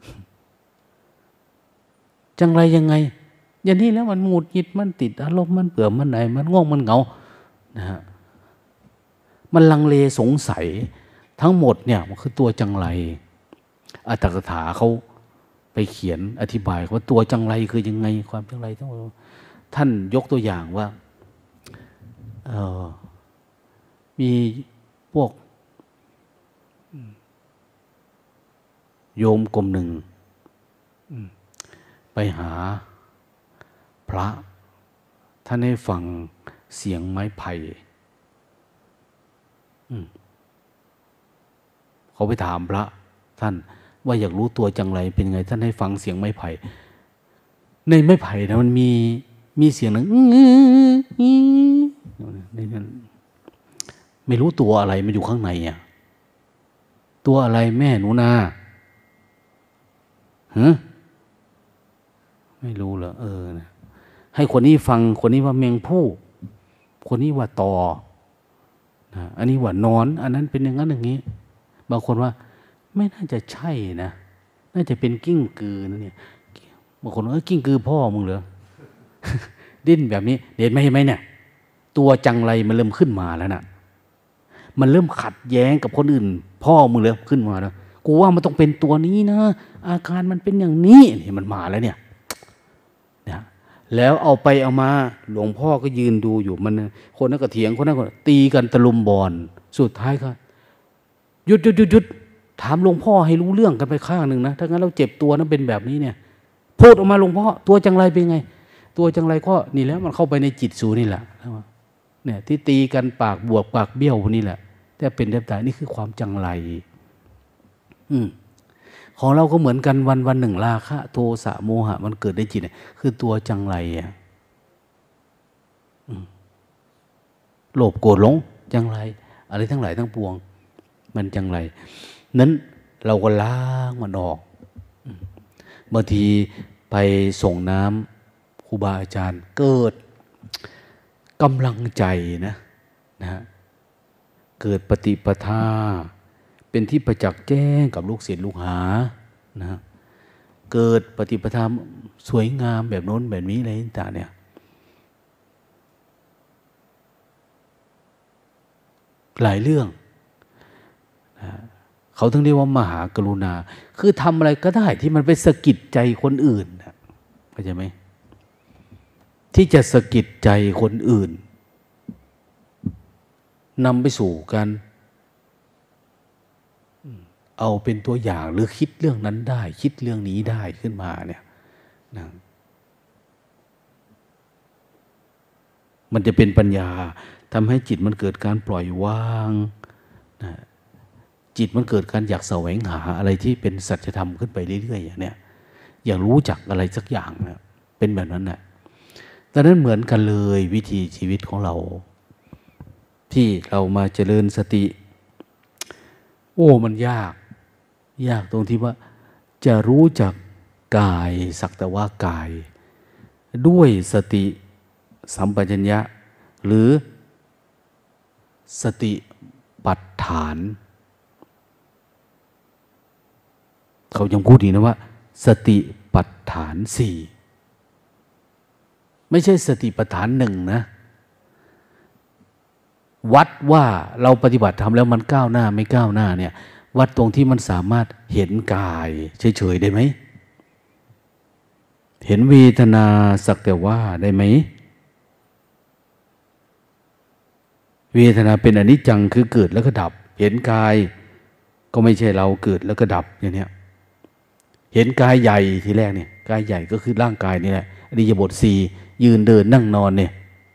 จังไรยังไงอย่างนี้แล้วมันหงุดหงิดมันติดอารมณ์มันเบื่อมันไหนมันง่วงมันเหงานะฮะมันลังเลสงสัยทั้งหมดเนี่ยมันคือตัวจังไรอัตถกถาเขาไปเขียนอธิบายว่าตัวจังไรคือยังไงความจังไรทั้งหมดท่านยกตัวอย่างว่าเออมีพวกโยมกลุ่มหนึ่งไปหาพระท่านให้ฟังเสียงไม้ไผ่เขาไปถามพระท่านว่าอยากรู้ตัวจังไรเป็นไงท่านให้ฟังเสียงไม้ไผ่ในไม้ไผ่นะมันมีมีเสียงหนึ่งนี่นั่นไม่รู้ตัวอะไรมันอยู่ข้างในอ่ะตัวอะไรแม่หนูนาฮะไม่รู้เหรอเออให้คนนี้ฟังคนนี้ว่าแมงผู้คนนี้ว่าตอนะอันนี้ว่านอนอันนั้นเป็นอย่างนั้นอย่างนี้บางคนว่าไม่น่าจะใช่นะน่าจะเป็นกิ้งกือนะเนี่ยบางคนเออกิ้งกือพ่อมึงเหรอ ดิ้นแบบนี้เห็นไหมเห็นไหมเนี่ยตัวจังไรมันเริ่มขึ้นมาแล้วน่ะมันเริ่มขัดแย้งกับคนอื่นพ่อมึงเริ่มขึ้นมาแล้วกูว่ามันต้องเป็นตัวนี้นะอาการมันเป็นอย่างนี้นี่มันมาแล้วเนี่ยนะแล้วเอาไปเอามาหลวงพ่อก็ยืนดูอยู่มันคนนั้นก็เถียงคนนั้นก็ตีกันตะลุมบอลสุดท้ายก็หยุดหยุดหยุดหยุดถามหลวงพ่อให้รู้เรื่องกันไปข้างหนึ่งนะถ้างั้นเราเจ็บตัวนั้นเป็นแบบนี้เนี่ยพูดออกมาหลวงพ่อตัวจังไรเป็นไงตัวจังไรก็นี่แล้วมันเข้าไปในจิตสูนี่แหละเนี่ยที่ตีกันปากบวกปากเบี้ยวพวกนี้แหละแต่เป็นแทบตายนี่คือความจังไรอืมของเราก็เหมือนกันวันวันหนึ่งราคะโทสะโมหะมันเกิดในจิตเนี่ยคือตัวจังไรอ่ะโลภโกรธหลงจังไรอะไรทั้งหลายทั้งปวงมันจังไรนั้นเราก็ล้างมันออกบางทีไปส่งน้ำครูบาอาจารย์เกิดกำลังใจนะนะเกิดปฏิปทาเป็นที่ประจักษ์แจ้งกับลูกศิษย์ลูกหานะเกิดปฏิปทาสวยงามแบบโน้นแบบนี้อะไรต่างเนี่ยหลายเรื่องนะเขาถึงเรียกว่ามหากรุณาคือทำอะไรก็ได้ที่มันไปสะกิดใจคนอื่นนะเข้าใจไหมที่จะสะกิดใจคนอื่นนำไปสู่การเอาเป็นตัวอย่างหรือคิดเรื่องนั้นได้คิดเรื่องนี้ได้ขึ้นมาเนี่ยนะมันจะเป็นปัญญาทำให้จิตมันเกิดการปล่อยวางนะจิตมันเกิดการอยากแสวงหาอะไรที่เป็นสัจธรรมขึ้นไปเรื่อยๆอย่างเนี้ยอยากรู้จักอะไรสักอย่างนะเป็นแบบนั้นแหละดังนั้นเหมือนกันเลยวิธีชีวิตของเราที่เรามาเจริญสติโอ้มันยากยากตรงที่ว่าจะรู้จักกายสักแต่ว่ากายด้วยสติสัมปชัญญะหรือสติปัฏฐานเขายังพูดอีกนะว่าสติปัฏฐานสี่ไม่ใช่สติปัฏฐานหนึ่งนะวัดว่าเราปฏิบัติทำแล้วมันก้าวหน้าไม่ก้าวหน้าเนี่ยวัดตรงที่มันสามารถเห็นกายเฉยๆได้ไหมเห็นเวทนาสักแต่ว่าได้ไหมเวทนาเป็นอนิจจังคือเกิดแล้วก็ดับเห็นกายก็ไม่ใช่เราเกิดแล้วก็ดับอย่างเนี้ยเห็นกายใหญ่ทีแรกเนี่ยกายใหญ่ก็คือร่างกายนี่แหละอริยบทสี่ยืนเดินนั่งนอนเนี่ย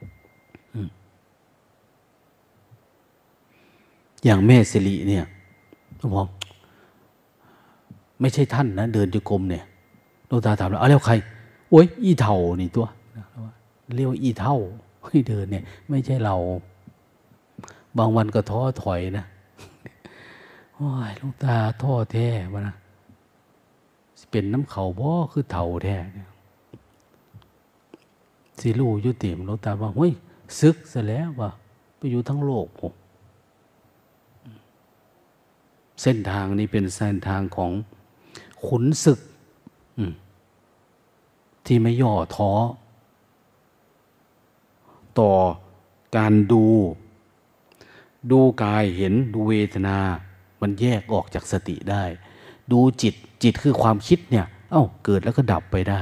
อย่างแม่สิริเนี่ยบอกไม่ใช่ท่านนะเดินจงกรมเนี่ยหลวงตาถามแล้วเอาแล้วใครโอ้ยอีเท่านี่ตัวเรียกว่าอีเท่าให้เดินเนี่ยไม่ใช่เราบางวันก็ท้อถอยนะโอ้ยหลวงตาท้อแท้วะนะเป็นน้ำเขาบ่คือเท่าแท้เนี่ยสิรู้ยุติมหลวงตาว่าเฮ้ยซึกซะแล้วว่ะไปอยู่ทั้งโลกผมเส้นทางนี้เป็นเส้นทางของขุนศึกที่ไม่ย่อท้อต่อการดูดูกายเห็นดูเวทนามันแยกออกจากสติได้ดูจิตจิตคือความคิดเนี่ยเอ้าเกิดแล้วก็ดับไปได้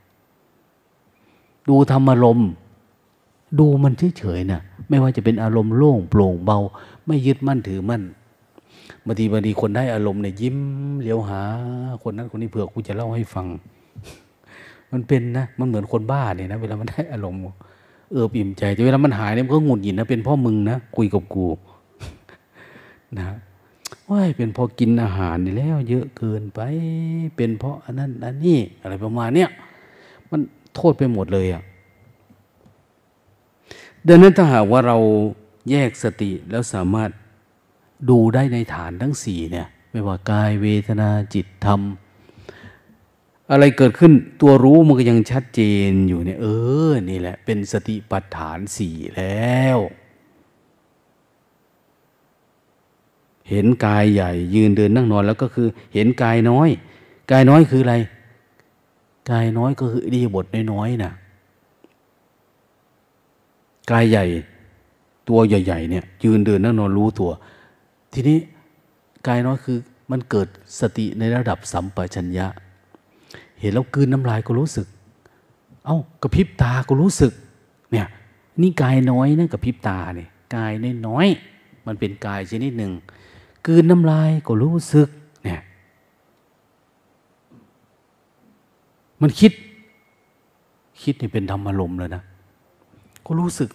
ดูธรรมอารมณ์ดูมันเฉยๆนะไม่ว่าจะเป็นอารมณ์โล่งโปร่งเบาไม่ยึดมั่นถือมั่นบางทีบางทีคนได้อารมณ์เนี่ยยิ้มเลี้ยวหาคนนั้นคนนี้เผื่อกูจะเล่าให้ฟังมันเป็นนะมันเหมือนคนบ้าเนี่ยนะเวลามันได้อารมณ์เอออิ่มใจแต่เวลามันหายเนี่ยมันก็หงุดหงิดนะเป็นเพราะมึงนะคุยกับกูนะว่าเป็นเพราะกินอาหารนี่แล้วเยอะเกินไปเป็นเพราะอันนั้นอันนี้อะไรประมาณเนี้ยมันโทษไปหมดเลยอ่ะดังนั้นถ้าหากว่าเราแยกสติแล้วสามารถดูได้ในฐานทั้งสี่เนี่ยไม่ว่ากายเวทนาจิตธรรมอะไรเกิดขึ้นตัวรู้มันก็ยังชัดเจนอยู่เนี่ยเออนี่แหละเป็นสติปัฏฐานสี่แล้วเห็นกายใหญ่ยืนเดินนั่งนอนแล้วก็คือเห็นกายน้อยกายน้อยคืออะไรกายน้อยก็คืออิริยาบถน้อยๆน่ะกายใหญ่ตัวใหญ่ๆเนี่ยยืนเดินนั่งนอนรู้ตัวทีนี้กายน้อยคือมันเกิดสติในระดับสัมปชัญญะเห็นแล้วกลืนน้ำลายก็รู้สึกเอ้ากระพริบตาก็รู้สึกเนี่ยนี่กายน้อยนะกระพริบตาเนี่ยกายน้อยๆมันเป็นกายชนิดหนึ่งกลืนน้ำลายก็รู้สึกเนี่ยมันคิดคิดนี่เป็นธรรมอารมณ์เลยนะก็รู้สึก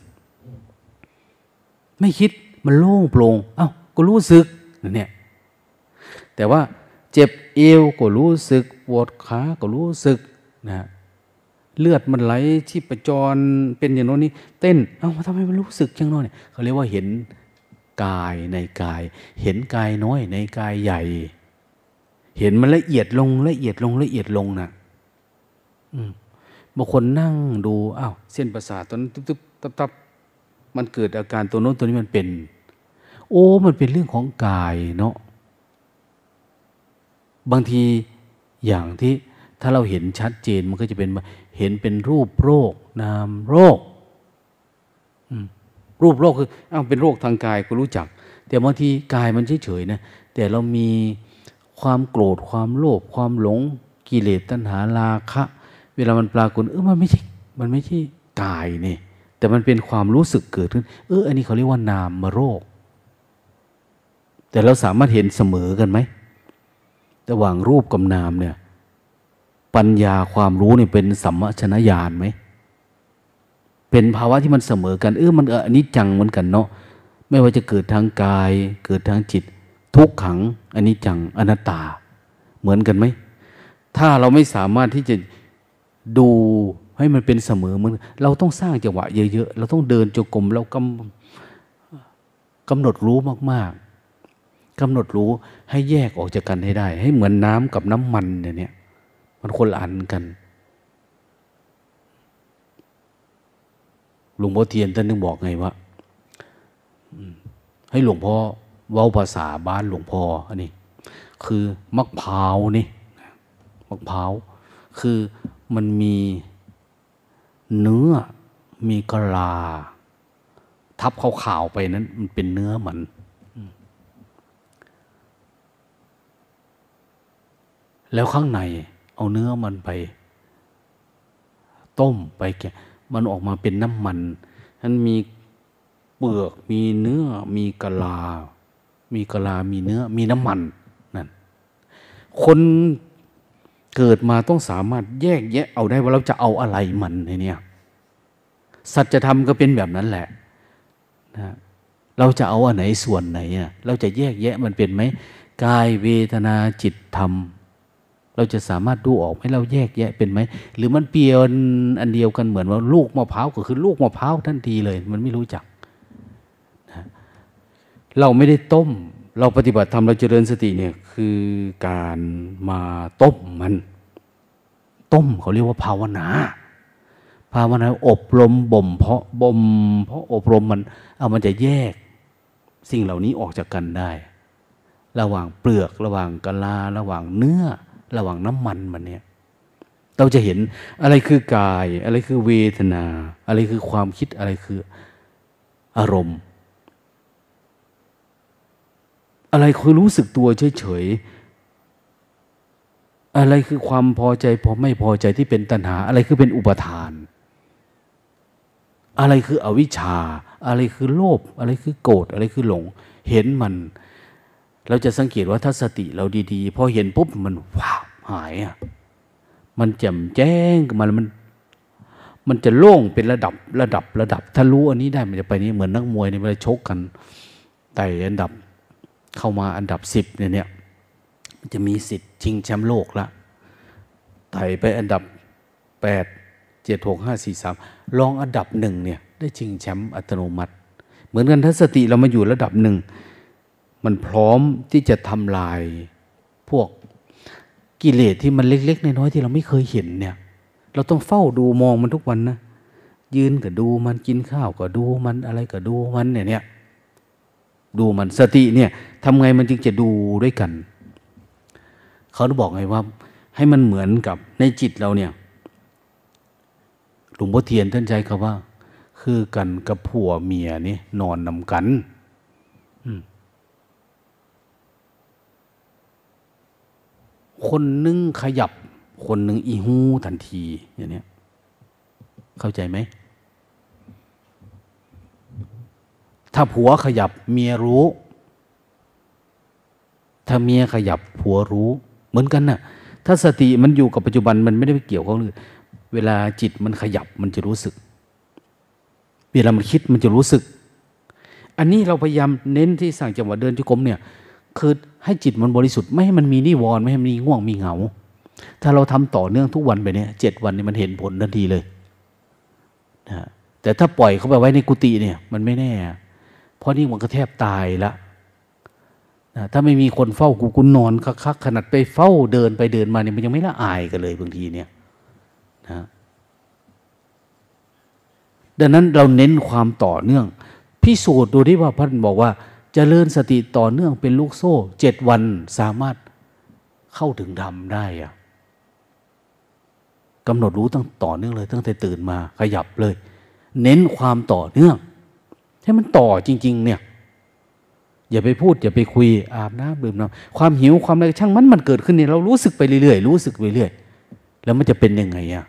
ไม่คิดมันโล่งโปร่งเอ้าก็รู้สึกเนี่ยแต่ว่าเจ็บเอวก็รู้สึกปวดขาก็รู้สึกนะเลือดมันไหลที่ประจรเป็นอย่างโน้นนี่เต้นเอ้าทำไมมันรู้สึกอย่างโน้นเนี่ยเขาเรียกว่าเห็นกายในกายเห็นกายน้อยในกายใหญ่เห็นมันละเอียดลงละเอียดลงละเอียดลงนะอืมบางคนนั่งดูอ้าวเส้นประสาทตอนนั้นตึ๊บๆตับๆมันเกิดอาการตัวโน้นตัวนี้มันเป็นโอ้มันเป็นเรื่องของกายเนาะบางทีอย่างที่ถ้าเราเห็นชัดเจนมันก็จะเป็นเห็นเป็นรูปโรคนามโรครูปโรคคืออ้าวเป็นโรคทางกายก็รู้จักแต่บางทีกายมันเฉยๆนะแต่เรามีความโกรธความโลภความหลงกิเลสตัณหาราคะเวลามันปรากฏเออมันไม่ใช่มันไม่ใช่กายนี่แต่มันเป็นความรู้สึกเกิดขึ้นเอออันนี้เขาเรียกว่านามโรคแต่เราสามารถเห็นเสมอกันไหมระหว่างรูปกับนามเนี่ยปัญญาความรู้เนี่ยเป็นสัมมชนญาณไหมเป็นภาวะที่มันเสมอกันเออมันอนิจจังเหมือนกันเนาะไม่ว่าจะเกิดทางกายเกิดทางจิตทุกขังอนิจจังอนัตตาเหมือนกันไหมถ้าเราไม่สามารถที่จะดูให้มันเป็นเสมอเหมือนเราต้องสร้างจังหวะเยอะๆเราต้องเดินจงกรมเรากำกำหนดรู้มากๆกำหนดรู้ให้แยกออกจากกันให้ได้ให้เหมือนน้ำกับน้ำมันเนี่ยมันคนละอันกันหลวงพ่อเทียนท่านนึกบอกไงว่าให้หลวงพ่อเว้าภาษาบ้านหลวงพ่ออันนี้คือมะพร้าวนี่มะพร้าวคือมันมีเนื้อมีกะลาทับขาวๆไปนั้นมันเป็นเนื้อเหมือนแล้วข้างในเอาเนื้อมันไปต้มไปแกะมันออกมาเป็นน้ำมันนั้นมีเปลือกมีเนื้อมีกะลามีกะลามีเนื้อมีน้ำมันนั่นคนเกิดมาต้องสามารถแยกแยะเอาได้ว่าเราจะเอาอะไรมันเนี่ยสัจธรรมก็เป็นแบบนั้นแหละนะเราจะเอาอันไหนส่วนไหนอ่ะเราจะแยกแยะมันเป็นไหมกายเวทนาจิตธรรมเราจะสามารถดูออกให้เราแยกแยะเป็นไหมหรือมันเปลี่ยนอันเดียวกันเหมือนว่าลูกมะพร้าวก็คือลูกมะพร้าวทันทีเลยมันไม่รู้จักนะเราไม่ได้ต้มเราปฏิบัติธรรมเราเจริญสติเนี่ยคือการมาต้มมันต้มเขาเรียกว่าภาวนาภาวนาอบรมบ่มเพาะบ่มเพาะอบรมมันเอามันจะแยกสิ่งเหล่านี้ออกจากกันได้ระหว่างเปลือกระหว่างกะลาระหว่างเนื้อระหว่างน้ำมันมันเนี่ยเราจะเห็นอะไรคือกายอะไรคือเวทนาอะไรคือความคิดอะไรคืออารมณ์อะไรคือรู้สึกตัวเฉยๆอะไรคือความพอใจพอไม่พอใจที่เป็นตัณหาอะไรคือเป็นอุปทานอะไรคืออวิชชาอะไรคือโลภอะไรคือโกรธอะไรคือหลงเห็นมันเราจะสังเกตว่าถ้าสติเราดีๆพอเห็นปุ๊บมันว้าวหายอ่ะมันแจ่มแจ้งมันมันมันจะโล่งเป็นระดับระดับระดับถ้ารู้อันนี้ได้มันจะไปนี้เหมือนนักมวยเนี่ยเวลาชกกันไต่อันดับเข้ามาอันดับสิบเนี่ยเนี่ยมันจะมีสิทธิ์ชิงแชมป์โลกละไต่ไปอันดับแปดเจ็ดหกห้าสี่สามลองอันดับหนึ่งเนี่ยได้ชิงแชมป์อัตโนมัติเหมือนกันถ้าสติเรามาอยู่ระดับหนึ่งมันพร้อมที่จะทำลายพวกกิเลสที่มันเล็กๆน้อยๆที่เราไม่เคยเห็นเนี่ยเราต้องเฝ้าดูมองมันทุกวันนะยืนก็ดูมันกินข้าวก็ดูมันอะไรก็ดูมันเนี่ยเนี่ยดูมันสติเนี่ยทำไงมันจึงจะดูด้วยกันเขาบอกไงว่าให้มันเหมือนกับในจิตเราเนี่ยหลวงพ่อเทียนท่านใช้คำว่าคือกันกับผัวเมียนี่นอนนำกันคนนึงขยับคนนึงอีหูทันทีอย่างนี้เข้าใจไหมถ้าผัวขยับเมียรู้ถ้าเมียขยับผัวรู้เหมือนกันน่ะถ้าสติมันอยู่กับปัจจุบันมันไม่ได้ไปเกี่ยวข้องเลยเวลาจิตมันขยับมันจะรู้สึกเวลามันคิดมันจะรู้สึกอันนี้เราพยายามเน้นที่สั่งจังหวะเดินจงกรมเนี่ยคือให้จิตมันบริสุทธิ์ไม่ให้มันมีนิวรณ์ไม่ให้มันมีง่วงมีเหงาถ้าเราทำต่อเนื่องทุกวันไปเนี่ยเจ็ดวันนี้มันเห็นผลทันทีเลยนะแต่ถ้าปล่อยเขาไปไว้ในกุฏิเนี่ยมันไม่แน่เพราะนี่มันก็แทบตายละนะถ้าไม่มีคนเฝ้ากูกูนอนคักๆขนาดไปเฝ้าเดินไปเดินมาเนี่ยมันยังไม่ละอายกันเลยบางทีเนี่ยนะดังนั้นเราเน้นความต่อเนื่องพิสูจน์ดูที่ว่าพระบอกว่าเจริญสติต่อเนื่องเป็นลูกโซ่เจ็ดวันสามารถเข้าถึงธรรมได้อะกำหนดรู้ตั้งต่อเนื่องเลยตั้งแต่ตื่นมาขยับเลยเน้นความต่อเนื่องให้มันต่อจริงๆเนี่ยอย่าไปพูดอย่าไปคุยอาบน้ำดื่มน้ำความหิวความอะไรช่างมันมันเกิดขึ้นเนี่ยเรารู้สึกไปเรื่อยๆรู้สึกไปเรื่อยแล้วมันจะเป็นยังไงอ่ะ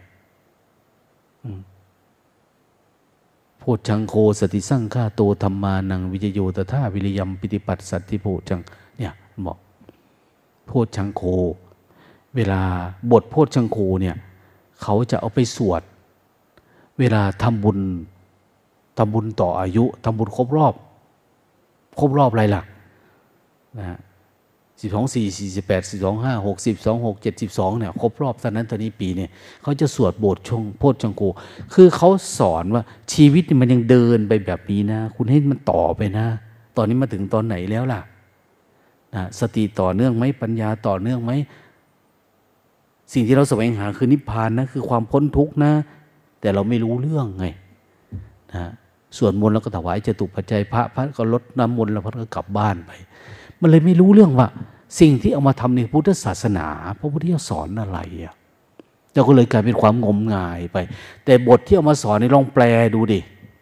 โพชฌังโฆสติสังฆาโตธัมมานังวิจโยตถาวิริยัมปิติปัสสัตถิโพชฌังเนี่ยบอกโพชฌังโฆเวลาบทโพชฌังโฆเนี่ยเขาจะเอาไปสวดเวลาทำบุญทำบุญต่ออายุทำบุญครบรอบครบรอบอะไรล่ะนะสิบสองสี่สี่สิบแปดสิบสองห้าหกสิบสองหกเจ็ดสิบสองเนี่ยครบรอบตอนนั้นตอนนี้ปีเนี่ยเขาจะสวดบทชงโพชฌังโฆคือเขาสอนว่าชีวิตมันยังเดินไปแบบนี้นะคุณให้มันต่อไปนะตอนนี้มาถึงตอนไหนแล้วล่ะนะสติต่อเนื่องไหมปัญญาต่อเนื่องไหมสิ่งที่เราแสวงหาคือนิพพานนะคือความพ้นทุกข์นะแต่เราไม่รู้เรื่องไงนะส่วนมนต์แล้วก็ถวายจตุปัจจัยพระพระก็ลดน้ำมนต์แล้วพระก็กลับบ้านไปมันเลยไม่รู้เรื่องว่าสิ่งที่เอามาทำในพุทธศาสนาพระพุทธเจ้าสอนอะไรอ่ะเราก็เลยกลายเป็นความงมงายไปแต่บทที่เอามาสอนนี่ลองแปลดูดิ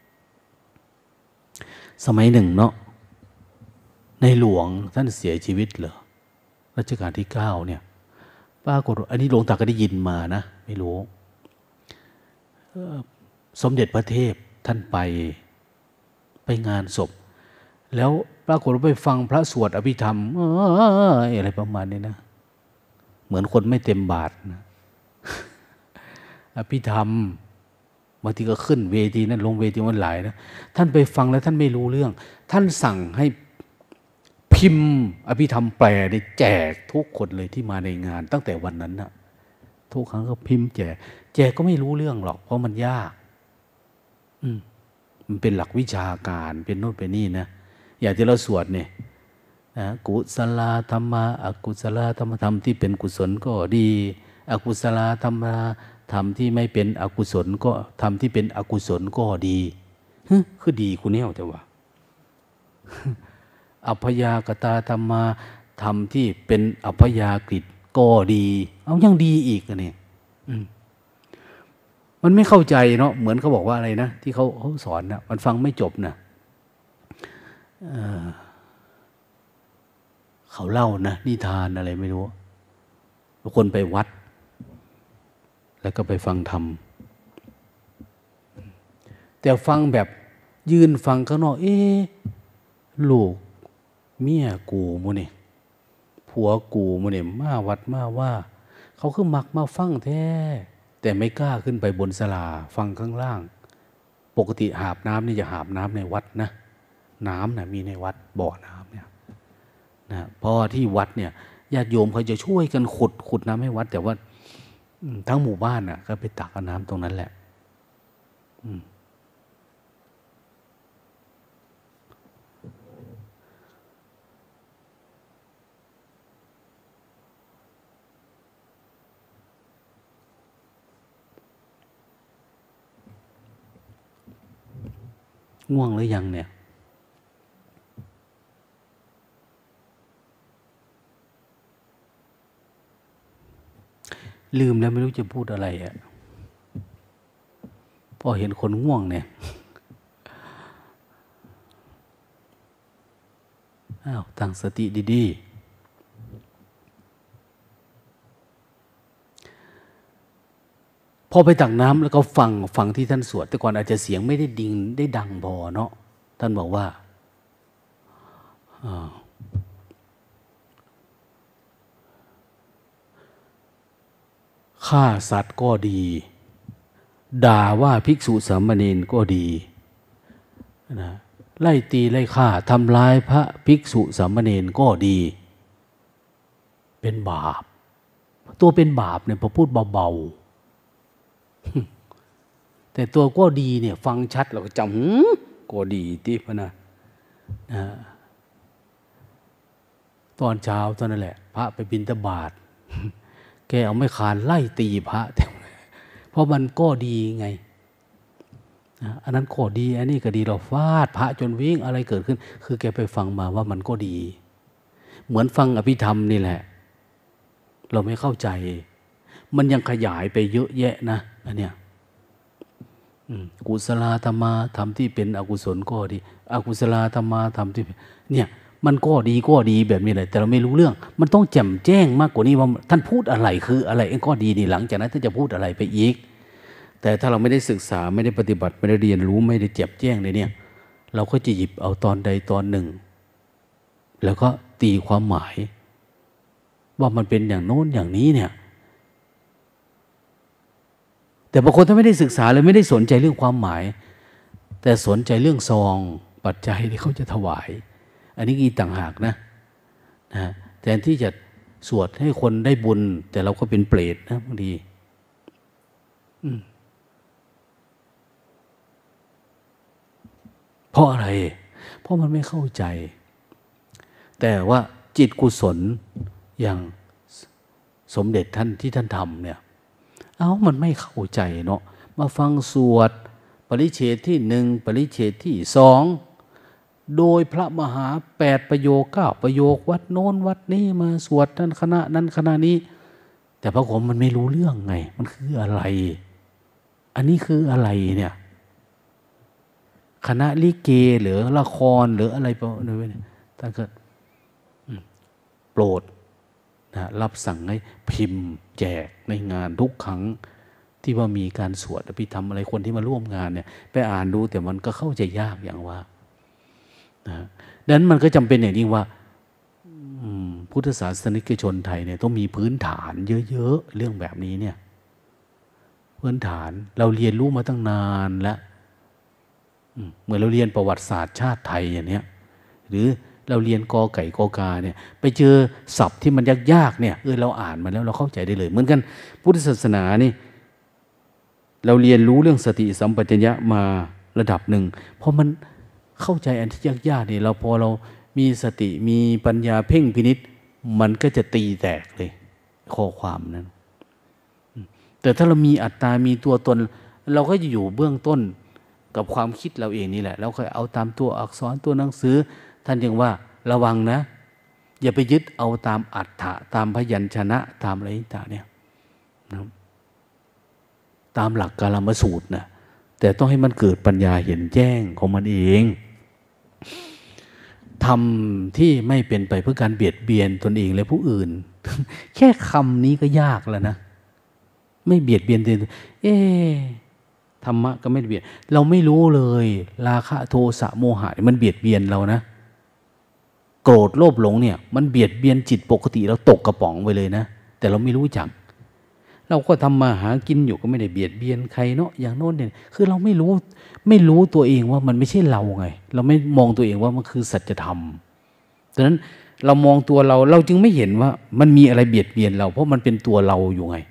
สมัยหนึ่งเนาะในหลวงท่านเสียชีวิตเหรอรัชกาลที่เก้าเนี่ยปรากฏอันนี้หลวงตาก็ได้ยินมานะไม่รู้สมเด็จพระเทพท่านไปไปงานศพแล้วปรากฏว่าไปฟังพระสวดอภิธรรมอะไรประมาณนี้นะเหมือนคนไม่เต็มบาทนะอภิธรรมบางทีก็ขึ้นเวทีนั้นลงเวทีวันหลายนะท่านไปฟังแล้วท่านไม่รู้เรื่องท่านสั่งให้พิมพ์อภิธรรมแปลได้แจกทุกคนเลยที่มาในงานตั้งแต่วันนั้นนะทุกครั้งก็พิมพ์แจกแจกก็ไม่รู้เรื่องหรอกเพราะมันยากอืมมันเป็นหลักวิชาการเป็นโน่นเป็นนี่นะอย่างที่เราสวดเนี่ยนะกุศลธรรมะอกุศลธรรมธรรมที่เป็นกุศลก็ดีอกุศลธรรมะธรรมที่ไม่เป็นอกุศลก็ธรรมที่เป็นอกุศลก็ดีฮึคือดีคุณแนวจะว่าอัพยากตาธรรมะธรรมที่เป็นอัพยากฤตก็ดีเอายังดีอีกเนี่ยมันไม่เข้าใจเนาะเหมือนเขาบอกว่าอะไรนะที่เขาเขาสอนนะมันฟังไม่จบนะเ, เขาเล่านะนิทานอะไรไม่รู้ทุกคนไปวัดแล้วก็ไปฟังธรรมแต่ฟังแบบยืนฟังข้างนอกเอ๊ะลูกเมียกูมูนี่ผัวกูมูนี่มาวัดมาว่าเขาคือมักมาฟังแท้แต่ไม่กล้าขึ้นไปบนศาลาฟังข้างล่างปกติหาบน้ำนี่จะหาบน้ำในวัดนะน้ำนะมีในวัดบ่อน้ำเนี่ยนะเพราะที่วัดเนี่ยญาติโยมเขาจะช่วยกันขุดขุดน้ำให้วัดแต่ว่าทั้งหมู่บ้านน่ะก็ไปตักน้ำตรงนั้นแหละง่วงหรือยังเนี่ยลืมแล้วไม่รู้จะพูดอะไรอ่ะพอเห็นคนง่วงเนี่ยอ้าวตั้งสติดีๆพอไปตักน้ำแล้วก็ฟังฟังที่ท่านสวดแต่ก่อนอาจจะเสียงไม่ได้ดิ่งได้ดังพอเนาะท่านบอกว่าฆ่าสัตว์ก็ดีด่าว่าภิกษุสามเณรก็ดีนะไล่ตีไล่ฆ่าทำร้ายพระภิกษุสามเณรก็ดีเป็นบาปตัวเป็นบาปเนี่ยพอพูดเบาๆแต่ตัวก็ดีเนี่ยฟังชัดเราก็จำก็ดีที่พนะนะตอนเช้าตอนนั้นแหละพระไปบิณฑบาตแกเอาไม้คานไล่ตีพระเพราะมันก็ดีไงอันนั้นก็ดีอันนี้ก็ดีเราฟาดพระจนวิ่งอะไรเกิดขึ้นคือแกไปฟังมาว่ามันก็ดีเหมือนฟังอภิธรรมนี่แหละเราไม่เข้าใจมันยังขยายไปเยอะแยะนะอันเนี้ยกุศลธรรมะธรรมที่เป็นอกุศลก็ดีอกุศลธรรมะธรรมที่เนี่ยมันก็ดีก็ดีแบบนี้แหละแต่เราไม่รู้เรื่องมันต้องแจ่มแจ้งมากกว่านี้ว่าท่านพูดอะไรคืออะไรเองก็ดีนี่หลังจากนั้นท่านจะพูดอะไรไปอีกแต่ถ้าเราไม่ได้ศึกษาไม่ได้ปฏิบัติไม่ได้เรียนรู้ไม่ได้แจ่มแจ้งเลยเนี่ยเราก็จะหยิบเอาตอนใดตอนหนึ่งแล้วก็ตีความหมายว่ามันเป็นอย่างโน้นอย่างนี้เนี่ยแต่บางคนถ้าไม่ได้ศึกษาเลยไม่ได้สนใจเรื่องความหมายแต่สนใจเรื่องซองปัจจัยที่เขาจะถวายอันนี้อีกต่างหากนะนะแทนที่จะสวดให้คนได้บุญแต่เราก็เป็นเปรตนะบางทีเพราะอะไรเพราะมันไม่เข้าใจแต่ว่าจิตกุศลอย่างสมเด็จท่านที่ท่านทำเนี่ยเอ้ามันไม่เข้าใจเนาะมาฟังสวดปริเฉดที่หนึ่งปริเฉดที่สองโดยพระมหาแปดประโยคเก้าประโยควัดโน้นวัดนี้มาสวดนั้นคณะนั้นคณะนี้แต่พระผมมันไม่รู้เรื่องไงมันคืออะไรอันนี้คืออะไรเนี่ยคณะลิเกหรือละครหรืออะไรประมาณนี้ท่านก็โปรดนะรับสั่งให้พิมพ์แจกในงานทุกครั้งที่ว่ามีการสวดอภิธรรมอะไรคนที่มาร่วมงานเนี่ยไปอ่านดูแต่มันก็เข้าใจยากอย่างว่านะดังนั้นมันก็จำเป็นอย่างยิ่งว่าพุทธศาสนิกชนไทยเนี่ยต้องมีพื้นฐานเยอะๆเรื่องแบบนี้เนี่ยพื้นฐานเราเรียนรู้มาตั้งนานแล้วเหมือนเราเรียนประวัติศาสตร์ชาติไทยอย่างเนี้ยหรือเราเรียนกอไก่กอกาเนี่ยไปเจอศัพท์ที่มันยากๆเนี่ยเออเราอ่านมาแล้วเราเข้าใจได้เลยเหมือนกันพุทธศาสนานี่เราเรียนรู้เรื่องสติสัมปชัญญะมาระดับหนึ่งเพราะมันเข้าใจอันที่ยากๆนี่เราพอเรามีสติมีปัญญาเพ่งพินิษมันก็จะตีแตกเลยข้อความนั้นแต่ถ้าเรามีอัตตามีตัวตนเราก็จะอยู่เบื้องต้นกับความคิดเราเองนี่แหละเราค่อยเอาตามตัวอักษรตัวหนังสือท่านยังว่าระวังนะอย่าไปยึดเอาตามอัฏฐะตามพยัญชนะตามอะไรต่างเนี่ยนะตามหลักกาลามสูตรนะแต่ต้องให้มันเกิดปัญญาเห็นแจ้งของมันเองทำที่ไม่เป็นไปเพื่อการเบียดเบียนตนเองและผู้อื่น แค่คำนี้ก็ยากแล้วนะไม่เบียดเบียนตัวเองเอ๊ธรรมะก็ไม่เบียดเราไม่รู้เลยราคะโทสะโมหะมันเบียดเบียนเรานะโกรธโลภหลงเนี่ยมันเบียดเบียนจิตปกติเราตกกระป๋องไปเลยนะแต่เราไม่รู้จักเราก็ทำมาหากินอยู่ก็ไม่ได้เบียดเบียนใครเนาะอย่างโน้นเนี่ยคือเราไม่รู้ไม่รู้ตัวเองว่ามันไม่ใช่เราไงเราไม่มองตัวเองว่ามันคือสัจธรรมดังนั้นเรามองตัวเราเราจึงไม่เห็นว่ามันมีอะไรเบียดเบียนเราเพราะมันเป็นตัวเราอยู่ไง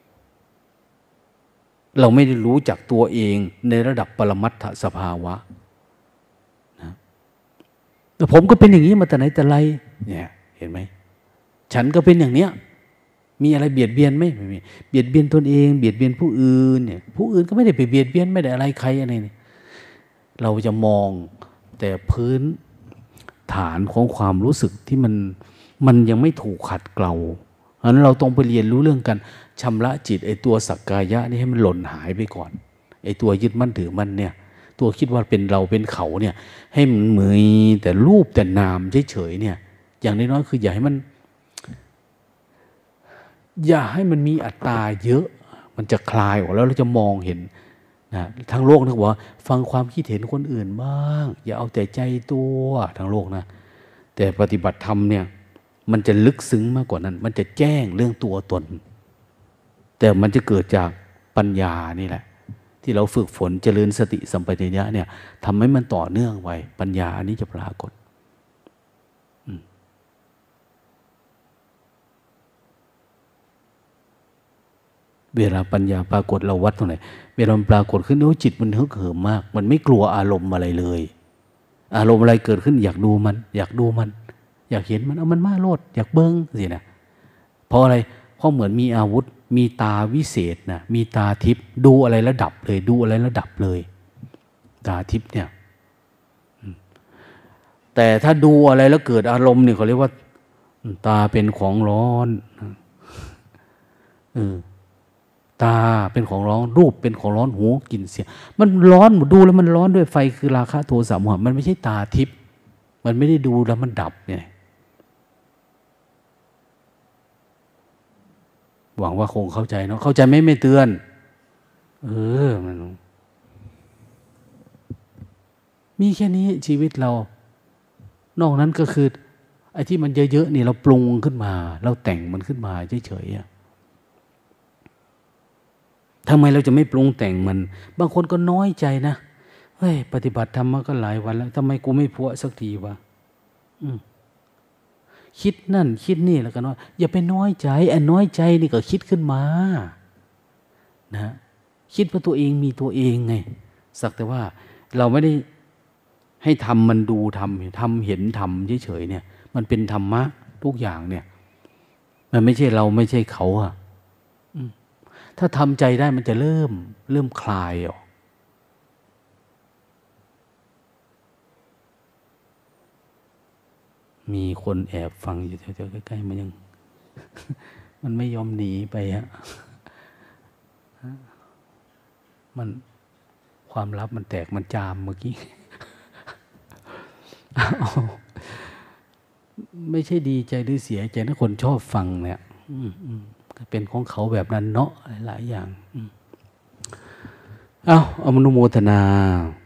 เราไม่ได้รู้จักตัวเองในระดับปรมัตถสภาวะนะแต่ผมก็เป็นอย่างนี้มาแต่ไหนแต่ไรเนี่ยเห็นไหมฉันก็เป็นอย่างเนี้ยมีอะไรเบียดเบียนไหมไม่มีเบียดเบียนตนเองเบียดเบียนผู้อื่นเนี่ยผู้อื่นก็ไม่ได้ไปเบียดเบียนไม่ได้อะไรใครอะไรเนี่ยเราจะมองแต่พื้นฐานของความรู้สึกที่มันมันยังไม่ถูกขัดเกลาเพราะฉะนั้นเราต้องไปเรียนรู้เรื่องกันชำระจิตไอ้ตัวสักกายะนี่ให้มันหล่นหายไปก่อนไอ้ตัวยึดมั่นถือมั่นเนี่ยตัวคิดว่าเป็นเราเป็นเขาเนี่ยให้มันเหมือนแต่รูปแต่นามเฉยๆเนี่ยอย่างน้อยๆคืออย่าให้มันอย่าให้มันมีอัตตาเยอะมันจะคลายออกแล้วเราจะมองเห็นนะทางโลกนะบอกว่าฟังความคิดเห็นคนอื่นบ้างอย่าเอาแต่ใจตัวทางโลกนะแต่ปฏิบัติธรรมเนี่ยมันจะลึกซึ้งมากกว่านั้นมันจะแจ้งเรื่องตัวตนแต่มันจะเกิดจากปัญญานี่แหละที่เราฝึกฝนเจริญสติสัมปชัญญะเนี่ยทำให้มันต่อเนื่องไว้ปัญญาอันนี้จะปรากฏเวลาปัญญาปรากฏเราวัดตรงไหนเวลามันปรากฏขึ้นโอ้จิตมันฮึกเหิมมากมันไม่กลัวอารมณ์อะไรเลยอารมณ์อะไรเกิดขึ้นอยากดูมันอยากดูมันอยากเห็นมันเอามันมาโลดอยากเบิ้งสินะเพราะอะไรเพราะเหมือนมีอาวุธมีตาวิเศษนะมีตาทิพย์ดูอะไรแล้วดับเลยดูอะไรแล้วดับเลยตาทิพย์เนี่ยแต่ถ้าดูอะไรแล้วเกิดอารมณ์เนี่ยเขาเรียกว่าตาเป็นของร้อนเออตาเป็นของร้อนรูปเป็นของร้อนหูกลิ่นเสียงมันร้อนดูแล้วมันร้อนด้วยไฟคือราคะโทสะโมหะมันไม่ใช่ตาทิพย์มันไม่ได้ดูแล้วมันดับเนี่ยหวังว่าคงเข้าใจเนาะเข้าใจไหมไม่เตือนเออมันมีแค่นี้ชีวิตเรานอกนั้นก็คือไอ้ที่มันเยอะๆนี่เราปรุงขึ้นมาเราแต่งมันขึ้นมาเฉยๆทำไมเราจะไม่ปรุงแต่งมันบางคนก็น้อยใจนะเฮ้ยปฏิบัติธรรมมาก็หลายวันแล้วทำไมกูไม่พัวสักทีวะอืมคิดนั่นคิดนี่แล้วก็น้อยอย่าไปน้อยใจไอ้น้อยใจนี่ก็คิดขึ้นมานะคิดว่าตัวเองมีตัวเองไงสักแต่ว่าเราไม่ได้ให้ทำมันดูทำทำเห็นทำเฉยๆเนี่ยมันเป็นธรรมะทุกอย่างเนี่ยมันไม่ใช่เราไม่ใช่เขาอะถ้าทำใจได้มันจะเริ่มเริ่มคลายออกมีคนแอบฟังอยู่แถวๆใกล้ๆมันยัง มันไม่ยอมหนีไปฮะมันความลับมันแตกมันจามเมื่อกี้ ไม่ใช่ดีใจหรือเสียใจนะคนชอบฟังเนี่ยเป็นของเขาแบบนั้นเนาะหลายๆอย่างเอาอนุโมทนา